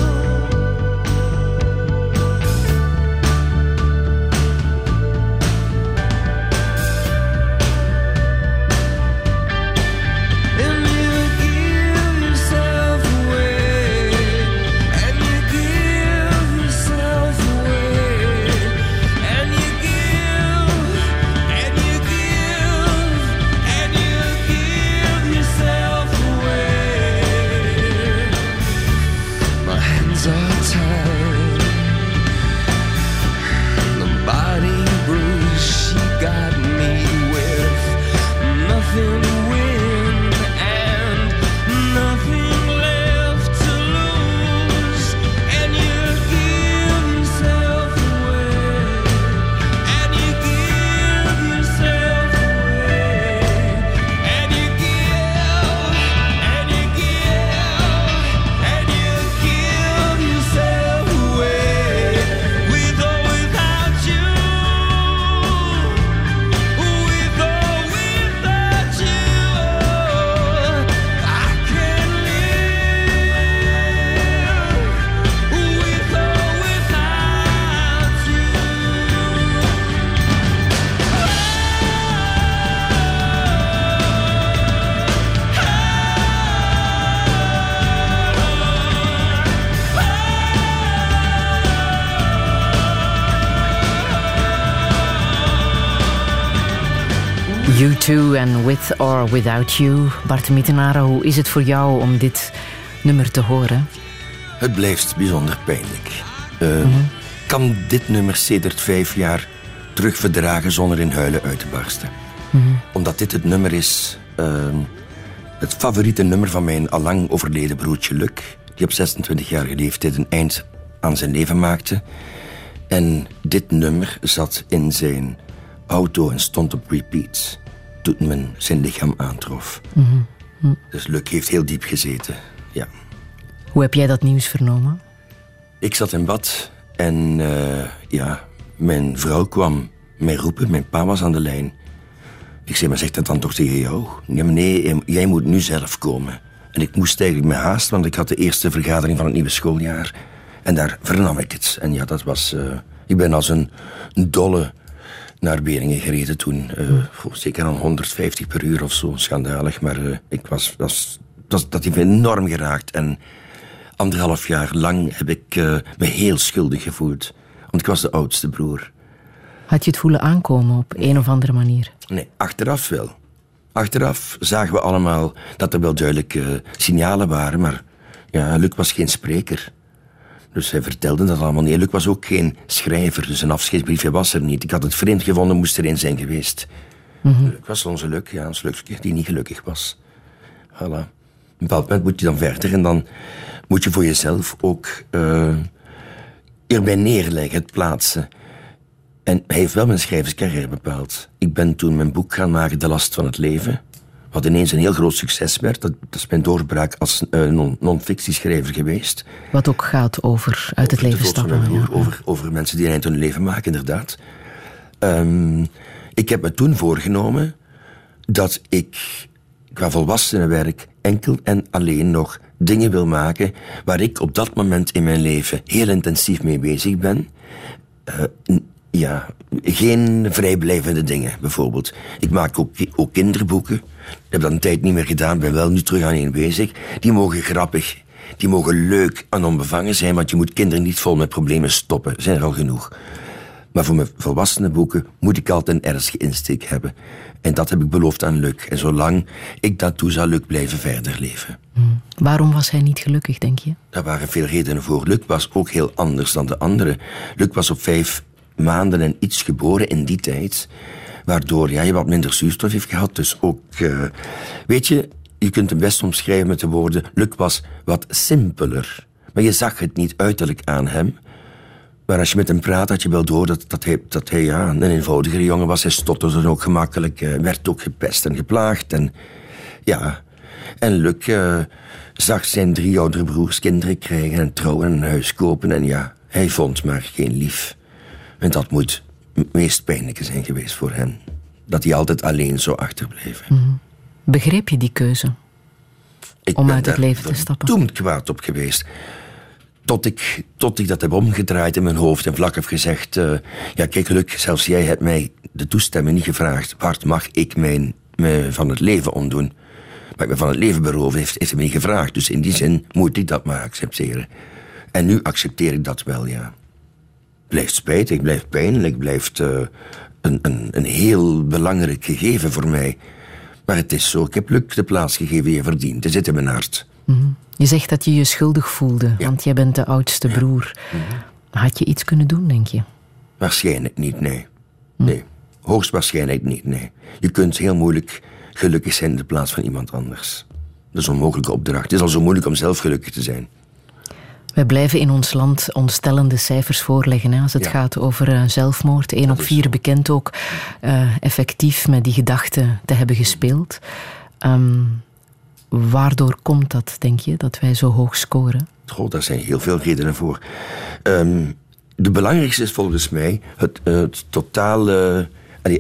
U2 en With or Without You. Bart Mittenaere, hoe is het voor jou om dit nummer te horen? Het blijft bijzonder pijnlijk. Kan dit nummer sedert 5 jaar terug verdragen zonder in huilen uit te barsten. Omdat dit het nummer is, het favoriete nummer van mijn allang overleden broertje Luc, die op 26-jarige leeftijd een eind aan zijn leven maakte. En dit nummer zat in zijn auto en stond op repeat toen men zijn lichaam aantrof. Dus Luc heeft heel diep gezeten, ja. Hoe heb jij dat nieuws vernomen? Ik zat in bad en mijn vrouw kwam mij roepen. Mijn pa was aan de lijn. Ik zei, maar zeg dat dan toch tegen jou? Nee, jij moet nu zelf komen. En ik moest eigenlijk me haasten, want ik had de eerste vergadering van het nieuwe schooljaar. En daar vernam ik het. En ja, dat was... ik ben als een dolle naar Beringen gereden toen. Zeker aan 150 per uur of zo, schandalig. Maar dat heeft me enorm geraakt. En 1,5 jaar lang heb ik me heel schuldig gevoeld. Want ik was de oudste broer. Had je het voelen aankomen op een of andere manier? Nee, achteraf wel. Achteraf zagen we allemaal dat er wel duidelijke signalen waren. Maar ja, Luc was geen spreker. Dus hij vertelde dat allemaal niet. Luc was ook geen schrijver, dus een afscheidsbriefje was er niet. Ik had het vreemd gevonden, moest er een zijn geweest. Luc was onze Luc, ja, ons Luc die niet gelukkig was. Voilà. Op een bepaald moment moet je dan verder en dan moet je voor jezelf ook erbij neerleggen, het plaatsen. En hij heeft wel mijn schrijverscarrière bepaald. Ik ben toen mijn boek gaan maken, De Last van het Leven. Wat ineens een heel groot succes werd. Dat is mijn doorbraak als non-fictieschrijver geweest. Wat ook gaat over uit het leven stappen. Over mensen die een eind hun leven maken, inderdaad. Ik heb me toen voorgenomen dat ik qua volwassenenwerk enkel en alleen nog dingen wil maken waar ik op dat moment in mijn leven heel intensief mee bezig ben. Geen vrijblijvende dingen, bijvoorbeeld. Ik maak ook kinderboeken. Ik heb dat een tijd niet meer gedaan, ben wel nu terug aan één bezig. Die mogen grappig, die mogen leuk en onbevangen zijn, want je moet kinderen niet vol met problemen stoppen. Zijn er al genoeg. Maar voor mijn volwassene boeken moet ik altijd een ernstige insteek hebben. En dat heb ik beloofd aan Luc. En zolang ik dat doe, zal Luc blijven verder leven. Waarom was hij niet gelukkig, denk je? Daar waren veel redenen voor. Luc was ook heel anders dan de anderen. Luc was op 5 maanden en iets geboren in die tijd, waardoor je wat minder zuurstof heeft gehad. Dus ook, weet je, je kunt hem best omschrijven met de woorden, Luc was wat simpeler. Maar je zag het niet uiterlijk aan hem. Maar als je met hem praat, had je wel door dat hij een eenvoudigere jongen was. Hij stotterde dan ook gemakkelijk, werd ook gepest en geplaagd. En Luc zag zijn 3 oudere broers kinderen krijgen en trouwen en een huis kopen. En ja, hij vond maar geen lief. En dat moet het meest pijnlijke zijn geweest voor hen. Dat hij altijd alleen zou achterblijven. Begreep je die keuze? Om uit het leven te stappen? Toen kwaad op geweest. Tot ik dat heb omgedraaid in mijn hoofd en vlak heb gezegd... kijk Luc, zelfs jij hebt mij de toestemming niet gevraagd. Bart, mag ik me van het leven ontdoen? Maar ik me van het leven beroven heeft hij me niet gevraagd. Dus in die zin moet ik dat maar accepteren. En nu accepteer ik dat wel, ja. Blijft spijtig, blijft pijnlijk, blijft een heel belangrijk gegeven voor mij. Maar het is zo, ik heb Luc de plaats gegeven die je verdient. Het zit in mijn hart. Je zegt dat je je schuldig voelde, want jij bent de oudste broer. Had je iets kunnen doen, denk je? Waarschijnlijk niet, nee. Nee, hoogstwaarschijnlijk niet, nee. Je kunt heel moeilijk gelukkig zijn in de plaats van iemand anders. Dat is een onmogelijke opdracht. Het is al zo moeilijk om zelf gelukkig te zijn. Wij blijven in ons land ontstellende cijfers voorleggen als het gaat over zelfmoord. 1 op 4 bekend ook effectief met die gedachte te hebben gespeeld. Waardoor komt dat, denk je, dat wij zo hoog scoren? Daar zijn heel veel redenen voor. De belangrijkste is volgens mij het totale...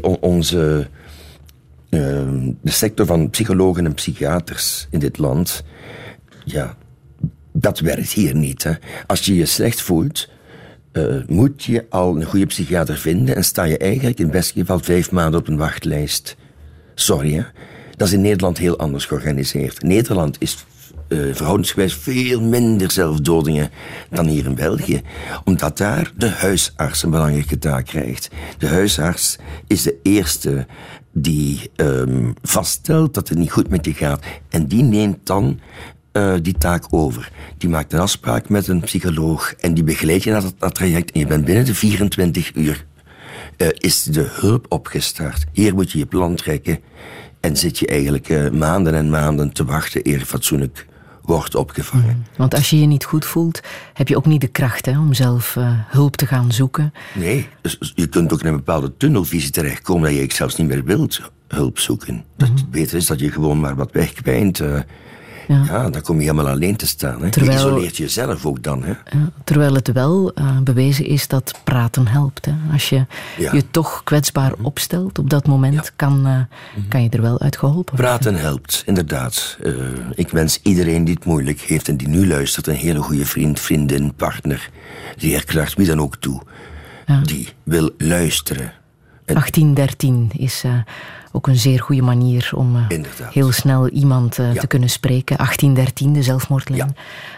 de sector van psychologen en psychiaters in dit land... Ja, dat werkt hier niet. Hè. Als je je slecht voelt, moet je al een goede psychiater vinden en sta je eigenlijk in het beste geval 5 maanden op een wachtlijst. Sorry, hè. Dat is in Nederland heel anders georganiseerd. Nederland is verhoudingsgewijs veel minder zelfdodingen dan hier in België. Omdat daar de huisarts een belangrijke taak krijgt. De huisarts is de eerste die vaststelt dat het niet goed met je gaat. En die neemt dan die taak over. Die maakt een afspraak met een psycholoog en die begeleidt je naar dat traject. En je bent binnen de 24 uur is de hulp opgestart. Hier moet je je plan trekken en zit je eigenlijk maanden en maanden te wachten eer je fatsoenlijk wordt opgevangen. Want als je je niet goed voelt, heb je ook niet de kracht om zelf hulp te gaan zoeken. Nee, dus je kunt ook in een bepaalde tunnelvisie terechtkomen dat je zelfs niet meer wilt hulp zoeken. Dat het beter is dat je gewoon maar wat wegkwijnt. Ja, dan kom je helemaal alleen te staan. Hè. Je isoleert jezelf ook dan. Hè. Terwijl het wel bewezen is dat praten helpt. Hè. Als je je toch kwetsbaar opstelt op dat moment, kan je er wel uit geholpen worden. Praten helpt, inderdaad. Ik wens iedereen die het moeilijk heeft en die nu luistert een hele goede vriend, vriendin, partner, leerkracht, wie dan ook toe, die wil luisteren. 1813 is ook een zeer goede manier om heel snel iemand te kunnen spreken. 1813, de zelfmoordlijn.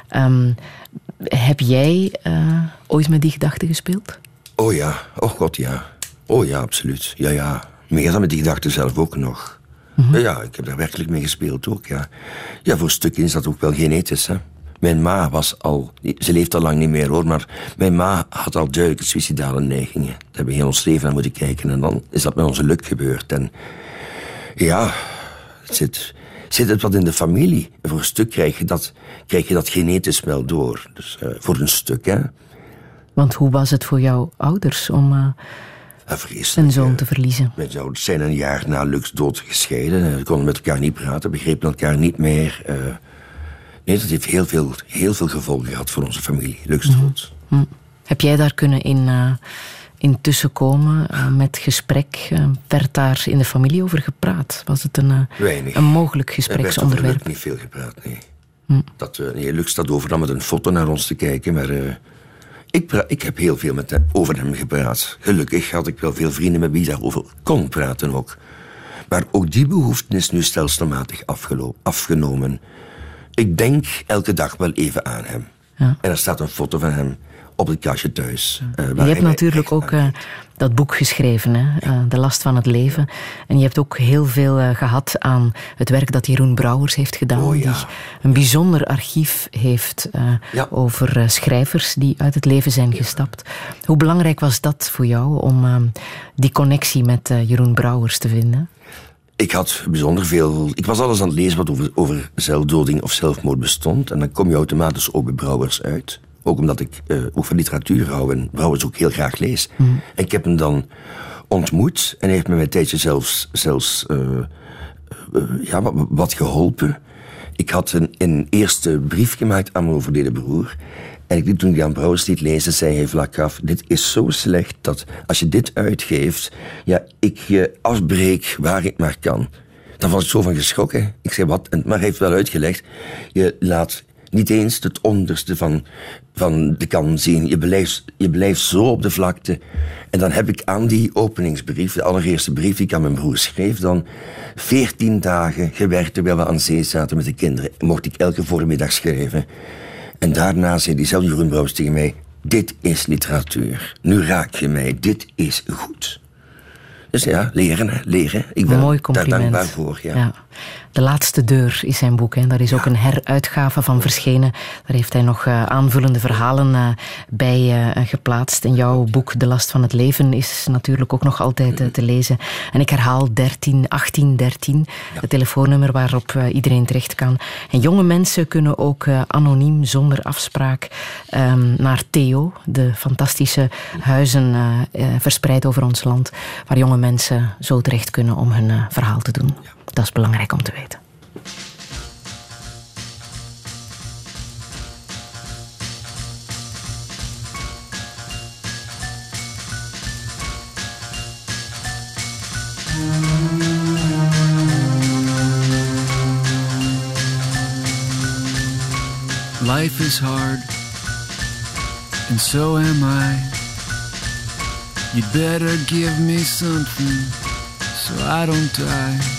Heb jij ooit met die gedachte gespeeld? Oh ja, oh god ja. Oh ja, absoluut. Ja. Meer dan met die gedachte zelf ook nog. Ja, ik heb daar werkelijk mee gespeeld ook, ja. Ja, voor een stukje is dat ook wel genetisch, hè. Mijn ma was al... Ze leeft al lang niet meer, hoor, maar mijn ma had al duidelijke suïcidale neigingen. Daar hebben we heel ons leven naar moeten kijken en dan is dat met onze Luc gebeurd. En ja, zit het wat in de familie. En voor een stuk krijg je dat genetisch wel door. Dus voor een stuk, hè. Want hoe was het voor jouw ouders om een zoon te verliezen? Mijn ouders zijn een jaar na Luc's dood gescheiden. Ze konden met elkaar niet praten, begrepen elkaar niet meer. Nee, dat heeft heel veel gevolgen gehad voor onze familie. Luc's dood. Heb jij daar kunnen in tussenkomen met gesprek? Werd daar in de familie over gepraat? Was het een mogelijk gespreksonderwerp? Er werd niet veel gepraat, nee. Luc staat overal met een foto naar ons te kijken, maar ik heb heel veel over hem gepraat. Gelukkig had ik wel veel vrienden met wie daarover kon praten ook. Maar ook die behoefte is nu stelselmatig afgenomen. Ik denk elke dag wel even aan hem. Ja. En er staat een foto van hem op het kastje thuis. Je hebt natuurlijk ook dat boek geschreven, hè? De last van het leven. En je hebt ook heel veel gehad aan het werk dat Jeroen Brouwers heeft gedaan. Die een bijzonder archief heeft over schrijvers die uit het leven zijn gestapt. Hoe belangrijk was dat voor jou om die connectie met Jeroen Brouwers te vinden? Ik had bijzonder veel... Ik was alles aan het lezen wat over zelfdoding of zelfmoord bestond. En dan kom je automatisch ook bij Brouwers uit. Ook omdat ik ook van literatuur hou en Brouwers ook heel graag lees. En ik heb hem dan ontmoet en hij heeft me een tijdje zelfs wat geholpen. Ik had een eerste brief gemaakt aan mijn overleden broer. En toen ik aan Brouwers liet lezen, zei hij vlak af: dit is zo slecht dat als je dit uitgeeft, ik je afbreek waar ik maar kan. Dan was ik zo van geschrokken. Ik zei, wat? Maar hij heeft wel uitgelegd. Je laat niet eens het onderste van de kan zien. Je blijft zo op de vlakte. En dan heb ik aan die openingsbrief, de allereerste brief die ik aan mijn broer schreef, dan 14 dagen gewerkt terwijl we aan zee zaten met de kinderen. Mocht ik elke voormiddag schrijven. En daarna zei diezelfde Jeroen Brouwers tegen mij: dit is literatuur. Nu raak je mij. Dit is goed. Dus ja, leren. Ik ben mooi compliment. Daar dankbaar voor. Ja. De laatste deur is zijn boek. Hè. Daar is ook een heruitgave van verschenen. Daar heeft hij nog aanvullende verhalen bij geplaatst. En jouw boek De Last van het Leven is natuurlijk ook nog altijd te lezen. En ik herhaal 1813, het telefoonnummer waarop iedereen terecht kan. En jonge mensen kunnen ook anoniem, zonder afspraak, naar Theo, de fantastische huizen verspreid over ons land, waar jonge mensen zo terecht kunnen om hun verhaal te doen. Dat is belangrijk om te weten. Life is hard, and so am I. You'd better give me something so I don't die.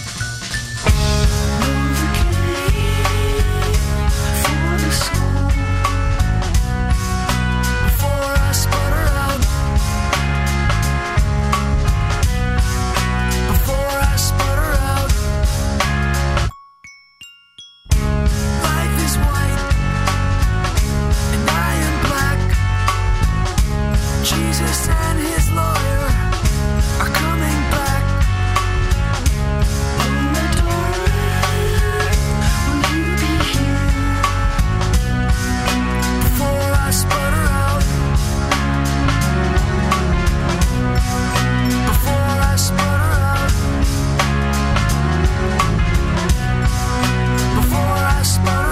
Before I sputter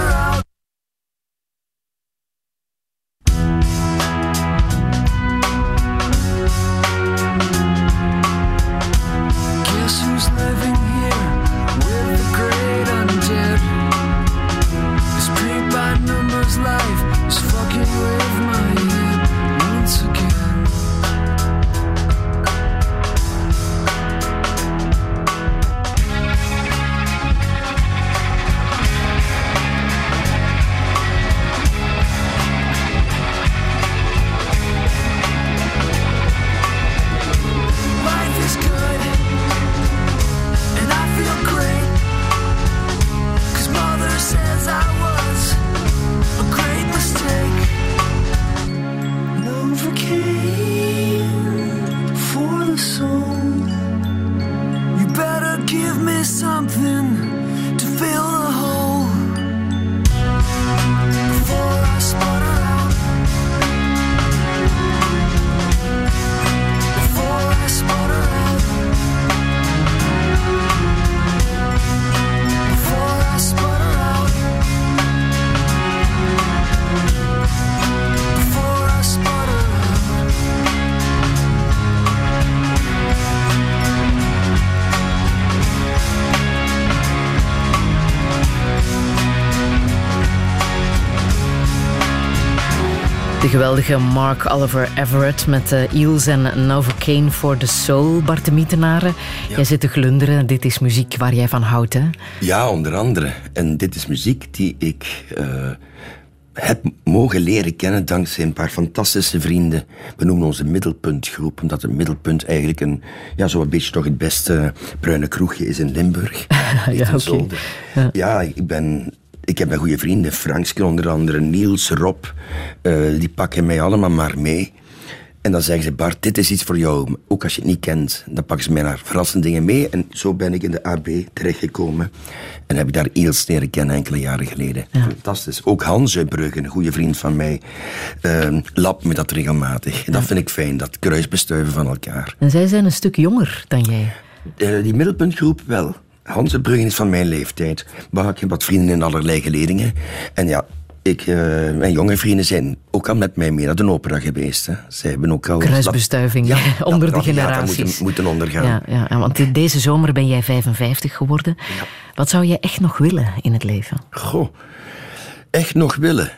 De geweldige Mark Oliver Everett met Eels en Novocaine for the Soul. Bart de Mietenaren, jij zit te glunderen. Dit is muziek waar jij van houdt, hè? Ja, onder andere. En dit is muziek die ik heb mogen leren kennen dankzij een paar fantastische vrienden. We noemen onze middelpuntgroep, omdat het middelpunt eigenlijk zo'n beetje toch het beste bruine kroegje is in Limburg. Ja, oké. Ja, ik heb mijn goede vrienden, Franksken onder andere, Niels, Rob, die pakken mij allemaal maar mee. En dan zeggen ze, Bart, dit is iets voor jou. Ook als je het niet kent, dan pakken ze mij naar verrassende dingen mee. En zo ben ik in de AB terechtgekomen. En heb ik daar Eels leren kennen enkele jaren geleden. Ja. Fantastisch. Ook Hans uit Brugge, een goede vriend van mij, lapt me dat regelmatig. En dat vind ik fijn, dat kruisbestuiven van elkaar. En zij zijn een stuk jonger dan jij. Die middelpuntgroep wel. Hans uit Brugge is van mijn leeftijd. Maar ik heb wat vrienden in allerlei geledingen. En ja, mijn jonge vrienden zijn ook al met mij mee naar de opera geweest. Hè. Zij hebben ook al... Kruisbestuiving onder de generaties. Moeten ondergaan. Ja, want deze zomer ben jij 55 geworden. Ja. Wat zou jij echt nog willen in het leven? Goh, echt nog willen?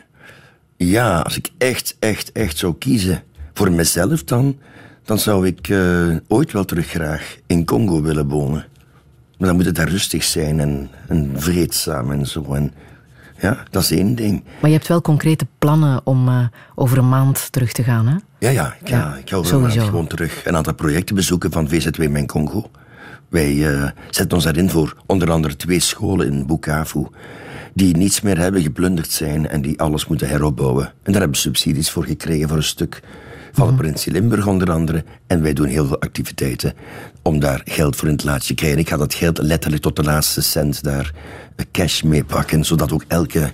Ja, als ik echt zou kiezen voor mezelf dan zou ik ooit wel terug graag in Congo willen wonen. Maar dan moet het daar rustig zijn en vreedzaam en zo. En ja, dat is één ding. Maar je hebt wel concrete plannen om over een maand terug te gaan, hè? Ja, ik ga over een maand gewoon terug een aantal projecten bezoeken van VZW Mijn Congo. Wij zetten ons daarin voor onder andere 2 scholen in Bukavu die niets meer hebben, geplunderd zijn en die alles moeten heropbouwen. En daar hebben we subsidies voor gekregen voor een stuk van de provincie Limburg onder andere. En wij doen heel veel activiteiten om daar geld voor in het laatste te krijgen. Ik ga dat geld letterlijk tot de laatste cent daar cash meepakken, zodat ook elke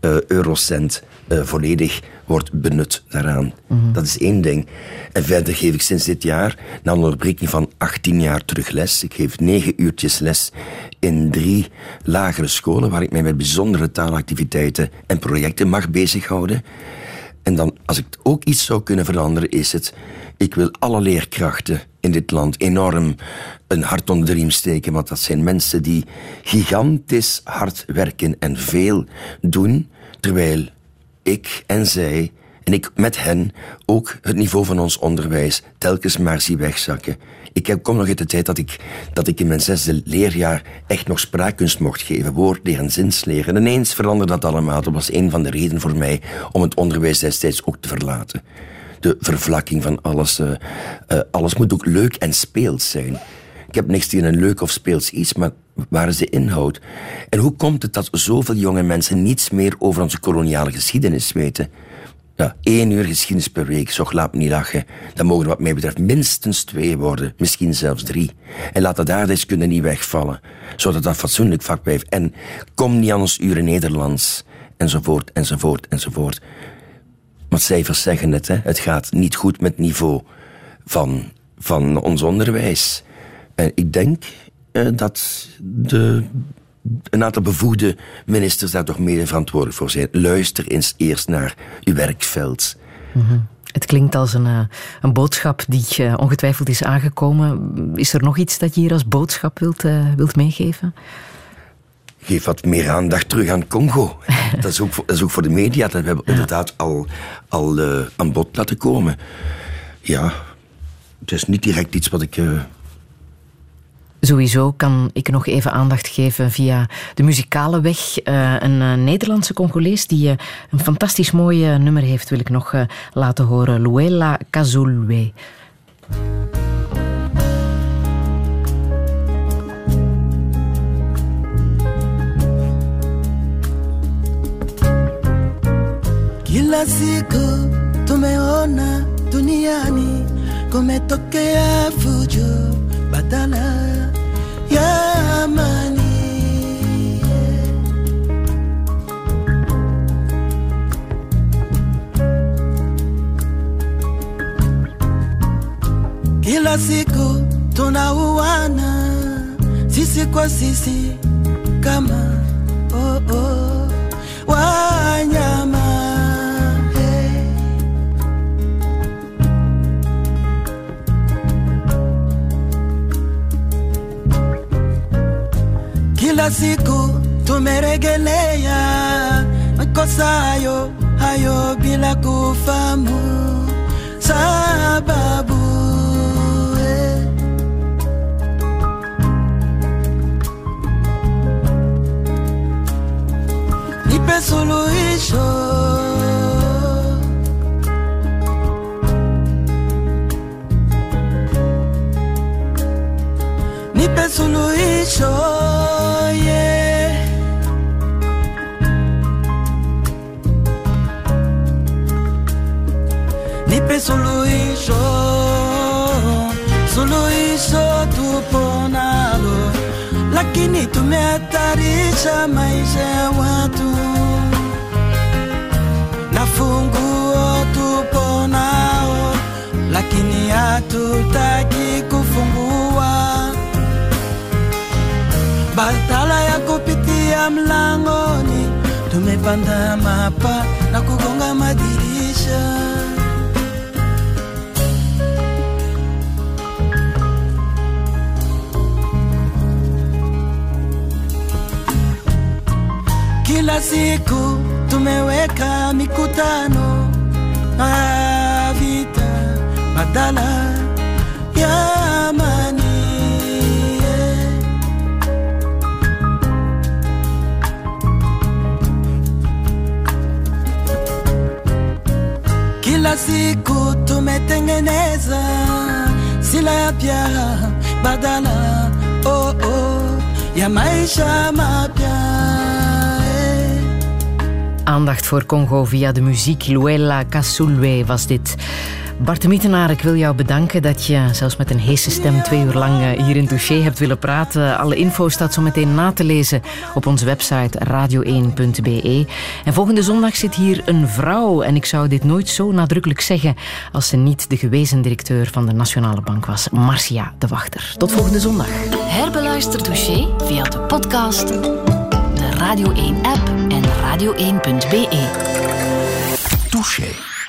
eurocent volledig wordt benut daaraan. Dat is één ding. En verder geef ik sinds dit jaar, na een onderbreking van 18 jaar terug les. Ik geef 9 uurtjes les in 3 lagere scholen, waar ik mij met bijzondere taalactiviteiten en projecten mag bezighouden. En dan, als ik ook iets zou kunnen veranderen, is het... Ik wil alle leerkrachten in dit land enorm een hart onder de riem steken, want dat zijn mensen die gigantisch hard werken en veel doen, terwijl ik en zij, en ik met hen, ook het niveau van ons onderwijs telkens maar zie wegzakken. Ik kom nog uit de tijd dat ik in mijn 6e leerjaar echt nog spraakkunst mocht geven, woordleren, zinsleren. En ineens veranderde dat allemaal. Dat was een van de redenen voor mij om het onderwijs destijds ook te verlaten. De vervlakking van alles. Alles moet ook leuk en speels zijn. Ik heb niks tegen een leuk of speels iets, maar waar is de inhoud? En hoe komt het dat zoveel jonge mensen niets meer over onze koloniale geschiedenis weten? Ja, 1 uur geschiedenis per week, zo laat me niet lachen. Dan mogen er wat mij betreft minstens 2 worden, misschien zelfs 3. En laat de aardrijkskunde niet wegvallen, zodat dat fatsoenlijk vak blijft. En kom niet aan ons uren Nederlands, enzovoort, enzovoort, enzovoort. Want cijfers zeggen het, hè. Het gaat niet goed met het niveau van ons onderwijs. En ik denk dat een aantal bevoegde ministers daar toch mede verantwoordelijk voor zijn. Luister eens eerst naar uw werkveld. Mm-hmm. Het klinkt als een boodschap die ongetwijfeld is aangekomen. Is er nog iets dat je hier als boodschap wilt meegeven? Geef wat meer aandacht terug aan Congo. Dat is ook voor de media. Dat hebben we inderdaad al aan bod laten komen. Ja, het is niet direct iets wat ik... Sowieso kan ik nog even aandacht geven via de muzikale weg. Een Nederlandse Congolees die een fantastisch mooi nummer heeft, wil ik nog laten horen. Luela Kazulwe. Kila siku tumeona duniani kumetokea fujo badala ya amani. Kila siku tunauana sisi kwa sisi kama wanyama. Kila siku tumeregelea makosa hayo yo bila kufamu sababu nipe suluhisho nipe suluhisho yeah. Nipe suluhisho suluhisho tupo nalo lakini tumehatarisha maisha ya watu na funguo tupo nao lakini hatutaki kufungua badala ya kupitia mlangoni tumepanda mapa na kugonga madirisha kila siku tumeweka mikutano vita badala ya amani kila siku tumetengeneza silaha mpya badala ya maisha mapya. Aandacht voor Congo via de muziek. Luella Kasulwe was dit. Bart de Mietenaar, ik wil jou bedanken dat je zelfs met een heese stem 2 uur lang hier in Touché hebt willen praten. Alle info staat zo meteen na te lezen op onze website radio1.be. En volgende zondag zit hier een vrouw. En ik zou dit nooit zo nadrukkelijk zeggen als ze niet de gewezen directeur van de Nationale Bank was, Marcia de Wachter. Tot volgende zondag. Herbeluister Touché via de podcast, de Radio 1-app en radio1.be. Touché.